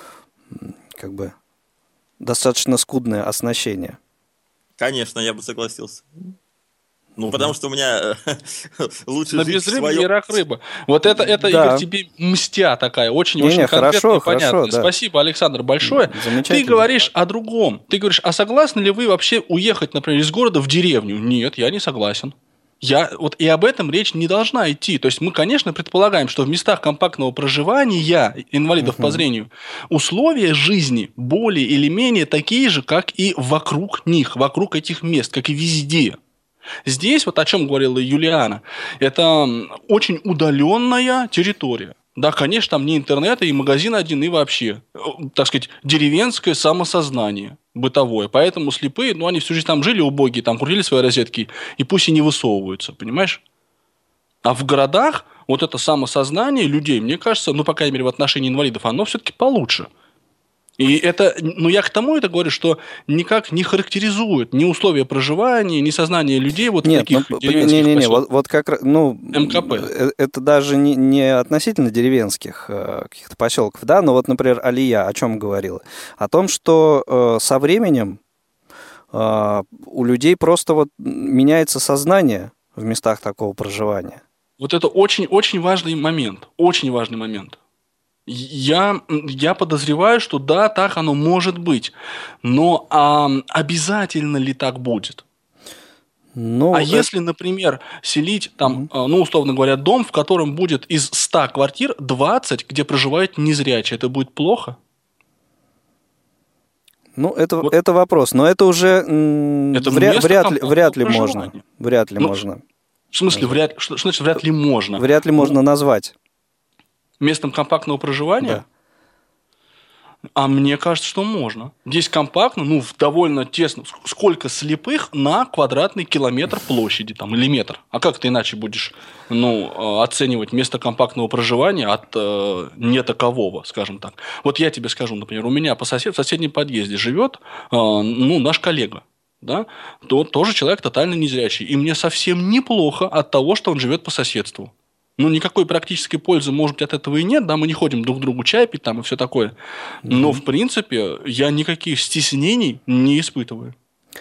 Speaker 2: достаточно скудное оснащение.
Speaker 12: Конечно, я бы согласился. Потому что у меня лучше
Speaker 3: но
Speaker 12: жить
Speaker 3: без
Speaker 12: в
Speaker 3: рыбы
Speaker 12: своем...
Speaker 3: не рак рыба. Вот это
Speaker 2: Да.
Speaker 3: Игорь, тебе мстя такая, очень-очень конкретная и понятная.
Speaker 2: да.
Speaker 3: Спасибо, Александр, большое. Ты говоришь о другом. Ты говоришь, а согласны ли вы вообще уехать, например, из города в деревню? Нет, я не согласен. И об этом речь не должна идти. То есть мы, конечно, предполагаем, что в местах компактного проживания инвалидов по зрению условия жизни более или менее такие же, как и вокруг них, вокруг этих мест, как и везде. Здесь, вот о чем говорила Юлиана, это очень удаленная территория. Да, конечно, там не интернет, и магазин один, и вообще, так сказать, деревенское самосознание бытовое. Поэтому слепые, они всю жизнь там жили убогие, там крутили свои розетки, и пусть и не высовываются, понимаешь? А в городах вот это самосознание людей, мне кажется, по крайней мере, в отношении инвалидов, оно все-таки получше. И это, я к тому это говорю, что никак не характеризует ни условия проживания, ни сознание людей вот в таких деревенских поселках.
Speaker 2: Вот как раз,
Speaker 3: МКП.
Speaker 2: Это даже не относительно деревенских каких-то поселков, да, но вот, например, Алия о чем говорила? О том, что со временем у людей просто вот меняется сознание в местах такого проживания.
Speaker 3: Вот это очень важный момент, очень важный момент. Я подозреваю, что да, так оно может быть. Но обязательно ли так будет? Если, например, селить там, условно говоря, дом, в котором будет из 100 квартир 20, где проживают незрячие, это будет плохо?
Speaker 2: Это вопрос. Но это уже вряд ли можно. Вряд ли можно.
Speaker 3: В смысле, что значит вряд ли можно?
Speaker 2: Вряд ли можно назвать.
Speaker 3: Местом компактного проживания? Да. А мне кажется, что можно. Здесь компактно, довольно тесно. Сколько слепых на квадратный километр площади там, или метр? А как ты иначе будешь оценивать место компактного проживания от не такового, скажем так? Вот я тебе скажу, например, у меня в соседнем подъезде живет наш коллега. Да? Тоже человек тотально незрячий. И мне совсем неплохо от того, что он живет по соседству. Никакой практической пользы, может быть, от этого и нет, да, мы не ходим друг к другу чай пить там и все такое. Но, в принципе, я никаких стеснений не испытываю.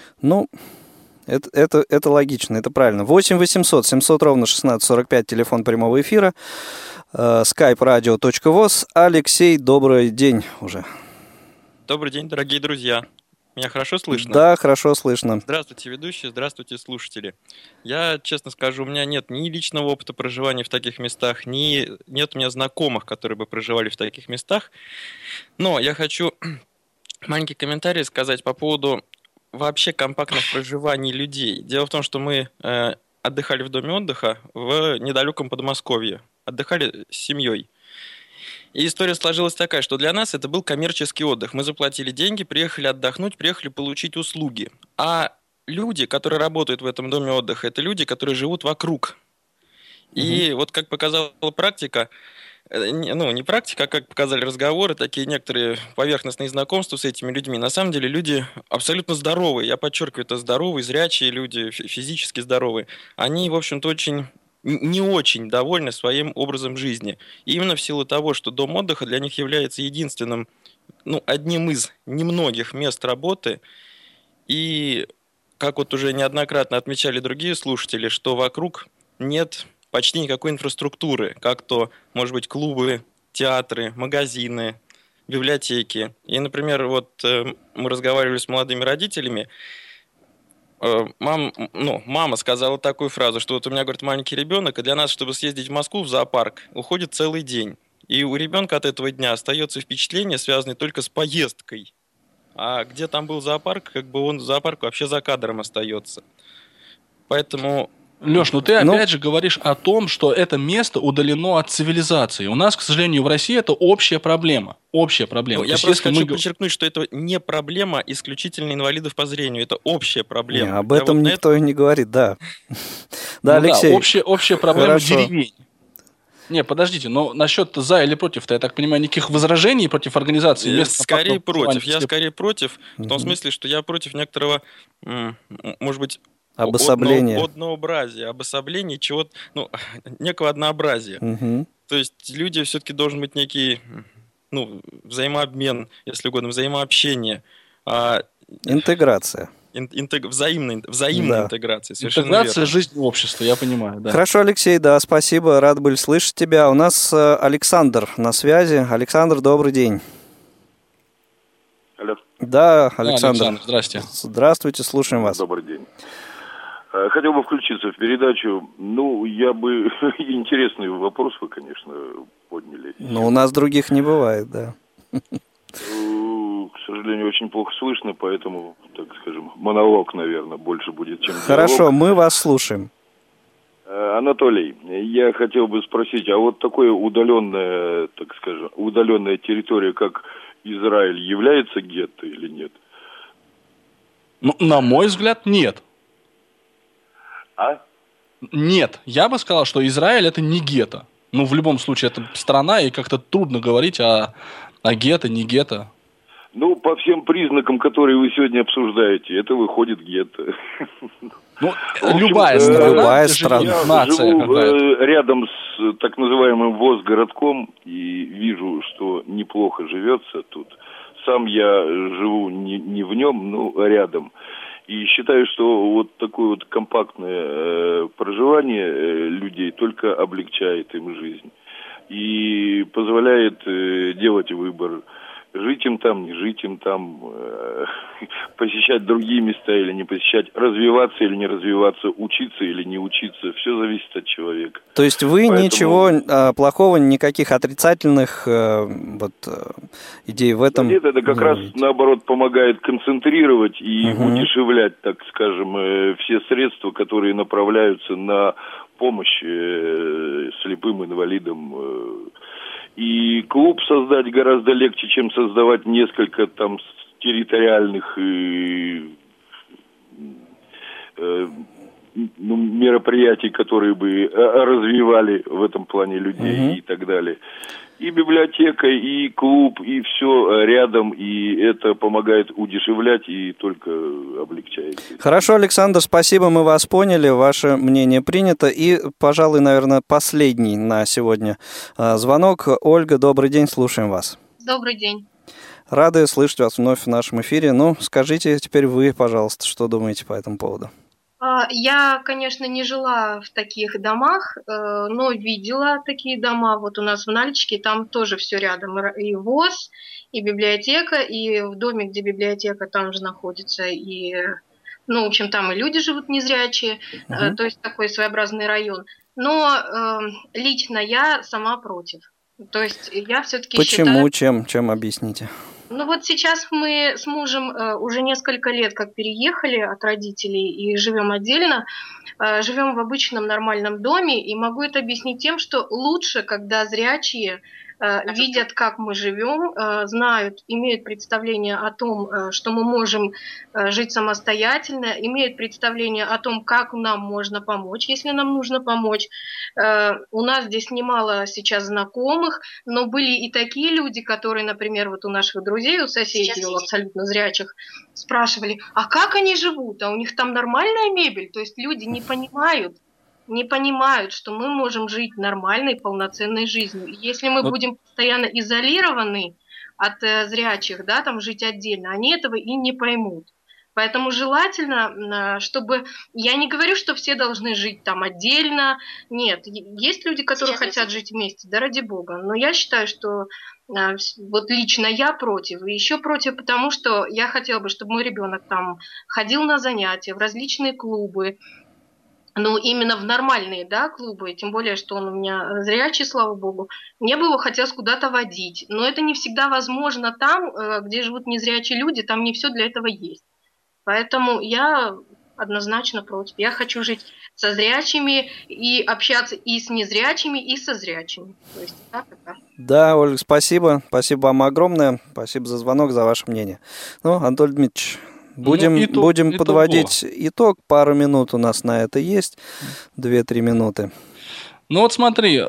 Speaker 2: Это логично, это правильно. 8 800 700 ровно 1645, телефон прямого эфира, skype-radio.voz. Алексей, добрый день уже.
Speaker 13: Добрый день, дорогие друзья. Меня хорошо слышно?
Speaker 2: Да, хорошо слышно.
Speaker 13: Здравствуйте, ведущие, здравствуйте, слушатели. Я, честно скажу, у меня нет ни личного опыта проживания в таких местах, нет у меня знакомых, которые бы проживали в таких местах. Но я хочу маленький комментарий сказать по поводу вообще компактных проживаний людей. Дело в том, что мы отдыхали в доме отдыха в недалеком Подмосковье. Отдыхали с семьей. И история сложилась такая, что для нас это был коммерческий отдых. Мы заплатили деньги, приехали отдохнуть, приехали получить услуги. А люди, которые работают в этом доме отдыха, это люди, которые живут вокруг. И вот как показала практика, не практика, а как показали разговоры, такие некоторые поверхностные знакомства с этими людьми. На самом деле люди абсолютно здоровые. Я подчеркиваю, это здоровые, зрячие люди, физически здоровые. Они, в общем-то, не очень довольны своим образом жизни. И именно в силу того, что дом отдыха для них является единственным, одним из немногих мест работы. И, как вот уже неоднократно отмечали другие слушатели, что вокруг нет почти никакой инфраструктуры, как то, может быть, клубы, театры, магазины, библиотеки. И, например, мы разговаривали с молодыми родителями, мама сказала такую фразу, что вот у меня, говорит, маленький ребенок, и для нас, чтобы съездить в Москву в зоопарк, уходит целый день. И у ребенка от этого дня остается впечатление, связанное только с поездкой. А где там был зоопарк, как бы он зоопарк вообще за кадром остается. Поэтому...
Speaker 3: Леш, ну ты опять же говоришь о том, что это место удалено от цивилизации. У нас, к сожалению, в России это общая проблема. Общая проблема.
Speaker 13: Я просто хочу подчеркнуть, что это не проблема исключительно инвалидов по зрению. Это общая проблема.
Speaker 2: Не, об этом никто и не говорит, да. Да, Алексей.
Speaker 3: Общая проблема деревень. Не, подождите, но насчет за или против-то, я так понимаю, никаких возражений против организации мест...
Speaker 13: Скорее против. Я скорее против, в том смысле, что я против некоторого, может быть,
Speaker 2: обособления.
Speaker 13: Однообразия, обособления чего-то, ну, некого однообразия. То есть люди все-таки должен быть некий, ну, взаимообмен, если угодно, взаимообщение.
Speaker 2: Интеграция.
Speaker 13: Взаимная интеграция.
Speaker 3: Интеграция жизни общества, я понимаю. Да.
Speaker 2: Хорошо, Алексей, да, спасибо, рад были слышать тебя. У нас Александр на связи. Александр, добрый день.
Speaker 14: Алло.
Speaker 2: Да, Александр.
Speaker 3: Александр, здрасте.
Speaker 2: Здравствуйте, слушаем вас.
Speaker 14: Добрый день. Хотел бы включиться в передачу. Ну, я бы... Интересный вопрос вы, конечно, подняли.
Speaker 2: Но у нас других не бывает, да.
Speaker 14: К сожалению, очень плохо слышно, поэтому, так скажем, монолог, наверное, больше будет, чем
Speaker 2: Хорошо,
Speaker 14: диалог.
Speaker 2: мы вас слушаем.
Speaker 14: Анатолий, я хотел бы спросить, а вот такое удаленная, так скажем, удаленная территория, как Израиль, является гетто или нет?
Speaker 3: Ну, на мой взгляд, нет.
Speaker 14: А?
Speaker 3: Нет, я бы сказал, что Израиль это не гетто. Ну, в любом случае, это страна, и как-то трудно говорить о гетто, не гетто.
Speaker 14: Ну, по всем признакам, которые вы сегодня обсуждаете, это выходит гетто.
Speaker 3: Ну, любая страна.
Speaker 14: Я живу рядом с так называемым ВОС-городком и вижу, что неплохо живется тут. Сам я живу не в нем, но рядом. И считаю, что вот такое вот компактное проживание людей только облегчает им жизнь. И позволяет делать выбор. Жить им там, не жить им там, посещать другие места или не посещать, развиваться или не развиваться, учиться или не учиться. Все зависит от человека.
Speaker 2: То есть вы ничего плохого, никаких отрицательных идей в этом?
Speaker 14: Нет, это как раз наоборот помогает концентрировать и удешевлять, так скажем, все средства, которые направляются на помощь слепым инвалидам. И клуб создать гораздо легче, чем создавать несколько там территориальных мероприятий, которые бы развивали в этом плане людей и так далее. И библиотека, и клуб, и все рядом, и это помогает удешевлять и только облегчает.
Speaker 2: Хорошо, Александр, спасибо, мы вас поняли, ваше мнение принято. И, пожалуй, наверное, последний на сегодня звонок. Ольга, добрый день, слушаем вас.
Speaker 15: Добрый день.
Speaker 2: Рады слышать вас вновь в нашем эфире. Ну, скажите теперь вы, пожалуйста, что думаете по этому поводу?
Speaker 15: Я, конечно, не жила в таких домах, но видела такие дома. Вот у нас в Нальчике, там тоже все рядом. И ВОС, и библиотека, и в доме, где библиотека, там же находится и... Ну, в общем, там и люди живут незрячие, то есть такой своеобразный район. Но лично я сама против. То есть я все-таки считаю...
Speaker 2: Почему? Чем объясните?
Speaker 15: Ну вот сейчас мы с мужем уже несколько лет как переехали от родителей и живем отдельно, живем в обычном нормальном доме, и могу это объяснить тем, что лучше, когда зрячие видят, как мы живем, знают, имеют представление о том, что мы можем жить самостоятельно, имеют представление о том, как нам можно помочь, если нам нужно помочь. У нас здесь немало сейчас знакомых, но были и такие люди, которые, например, вот у наших друзей, у соседей, у абсолютно зрячих, спрашивали, а как они живут, а у них там нормальная мебель? То есть люди не понимают, что мы можем жить нормальной, полноценной жизнью. Если мы будем постоянно изолированы от зрячих, да, там жить отдельно, они этого и не поймут. Поэтому желательно, чтобы... Я не говорю, что все должны жить там отдельно. Нет, есть люди, которые хотят жить вместе, да ради бога. Но я считаю, что вот лично я против. И еще против, потому что я хотела бы, чтобы мой ребенок там ходил на занятия, в различные клубы, ну, именно в нормальные, да, клубы, тем более, что он у меня зрячий, слава богу, мне бы его хотелось куда-то водить. Но это не всегда возможно там, где живут незрячие люди, там не все для этого есть. Поэтому я однозначно против. Я хочу жить со зрячими и общаться и с незрячими, и со зрячими. То есть так и так.
Speaker 2: Да, Ольга, спасибо. Спасибо вам огромное. Спасибо за звонок, за ваше мнение. Ну, Анатолий Дмитриевич, будем подводить итог. Пару минут у нас на это есть. 2-3 минуты.
Speaker 3: Ну вот смотри,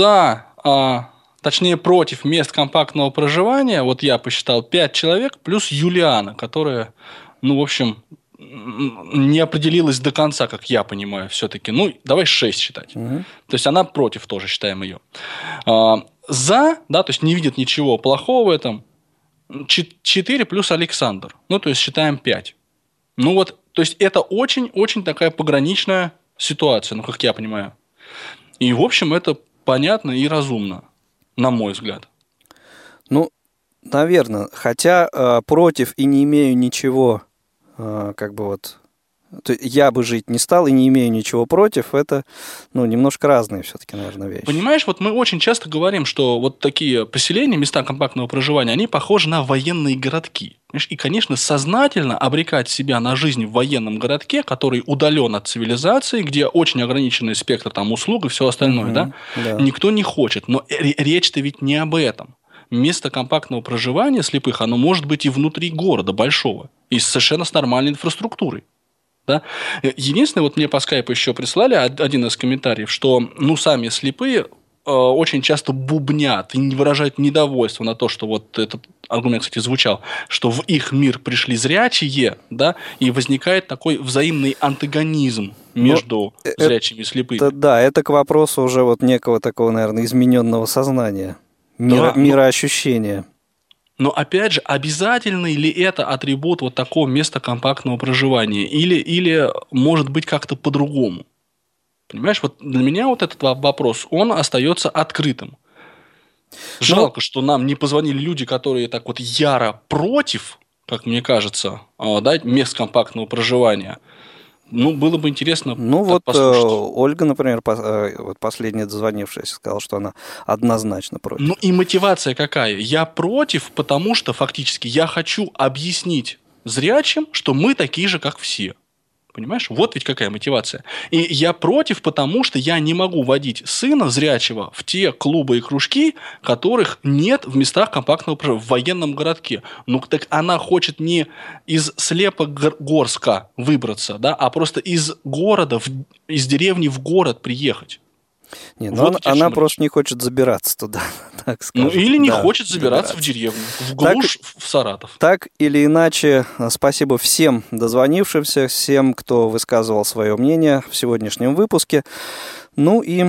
Speaker 3: точнее против мест компактного проживания, вот я посчитал 5 человек плюс Юлиана, которая, ну, в общем, не определилась до конца, как я понимаю, все-таки. Ну, давай 6 считать. Угу. То есть она против тоже, считаем ее. За, да, то есть не видит ничего плохого в этом, 4 плюс Александр. Ну, то есть считаем 5. Ну вот, то есть это очень-очень такая пограничная ситуация, ну, как я понимаю. И, в общем, это понятно и разумно, на мой взгляд.
Speaker 2: Ну, наверное. Хотя против и не имею ничего, как бы вот... Я бы жить не стал и не имею ничего против. Это, ну, немножко разные все-таки, наверное, вещи.
Speaker 3: Понимаешь, вот мы очень часто говорим, что вот такие поселения, места компактного проживания, они похожи на военные городки. И, конечно, сознательно обрекать себя на жизнь в военном городке, который удален от цивилизации, где очень ограниченный спектр там услуг и все остальное, да, никто не хочет. Но речь-то ведь не об этом. Место компактного проживания слепых, оно может быть и внутри города большого, и совершенно с нормальной инфраструктурой. Да? Единственное, вот мне по скайпу еще прислали один из комментариев, что, ну, сами слепые очень часто бубнят и выражают недовольство на то, что вот этот аргумент, кстати, звучал, что в их мир пришли зрячие, да, и возникает такой взаимный антагонизм между зрячими и слепыми.
Speaker 2: Да, это к вопросу уже вот некого такого, наверное, измененного сознания, мироощущения.
Speaker 3: Но, опять же, обязательный ли это атрибут вот такого места компактного проживания? Или может быть как-то по-другому? Понимаешь, вот для меня вот этот вопрос, он остается открытым. Жалко, что нам не позвонили люди, которые так вот яро против, как мне кажется, да, мест компактного проживания. Ну, было бы интересно послушать.
Speaker 2: Ольга, например, вот последняя дозвонившаяся, сказала, что она однозначно против.
Speaker 3: Ну и мотивация какая? Я против, потому что фактически я хочу объяснить зрячим, что мы такие же, как все. Понимаешь? Вот ведь какая мотивация. И я против, потому что я не могу водить сына зрячего в те клубы и кружки, которых нет в местах компактного проживания, в военном городке. Ну, так она хочет не из Слепогорска выбраться, да, а просто из города, из деревни в город приехать.
Speaker 2: Нет, вот она просто не хочет забираться туда, так скажем.
Speaker 3: Ну, или не хочет забираться в деревню, в глушь, в Саратов.
Speaker 2: Так или иначе, спасибо всем дозвонившимся, всем, кто высказывал свое мнение в сегодняшнем выпуске. Ну и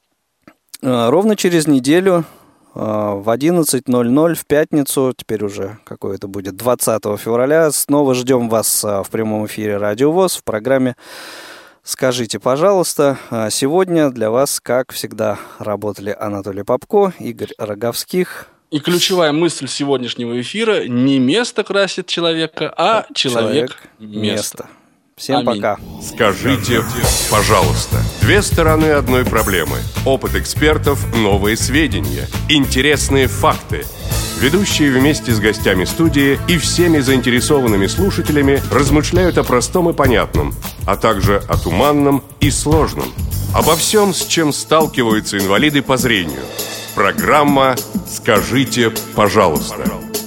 Speaker 2: ровно через неделю в 11:00 в пятницу, теперь уже какое-то будет 20 февраля, снова ждем вас в прямом эфире Радио ВОС в программе «Скажите, пожалуйста». Сегодня для вас, как всегда, работали Анатолий Попко, Игорь Роговских.
Speaker 3: И ключевая мысль сегодняшнего эфира: не место красит человека, а человек место.
Speaker 2: Всем пока.
Speaker 1: Скажите, пожалуйста. Две стороны одной проблемы. Опыт экспертов, новые сведения, интересные факты. Ведущие вместе с гостями студии и всеми заинтересованными слушателями размышляют о простом и понятном, а также о туманном и сложном. Обо всем, с чем сталкиваются инвалиды по зрению. Программа «Скажите, пожалуйста».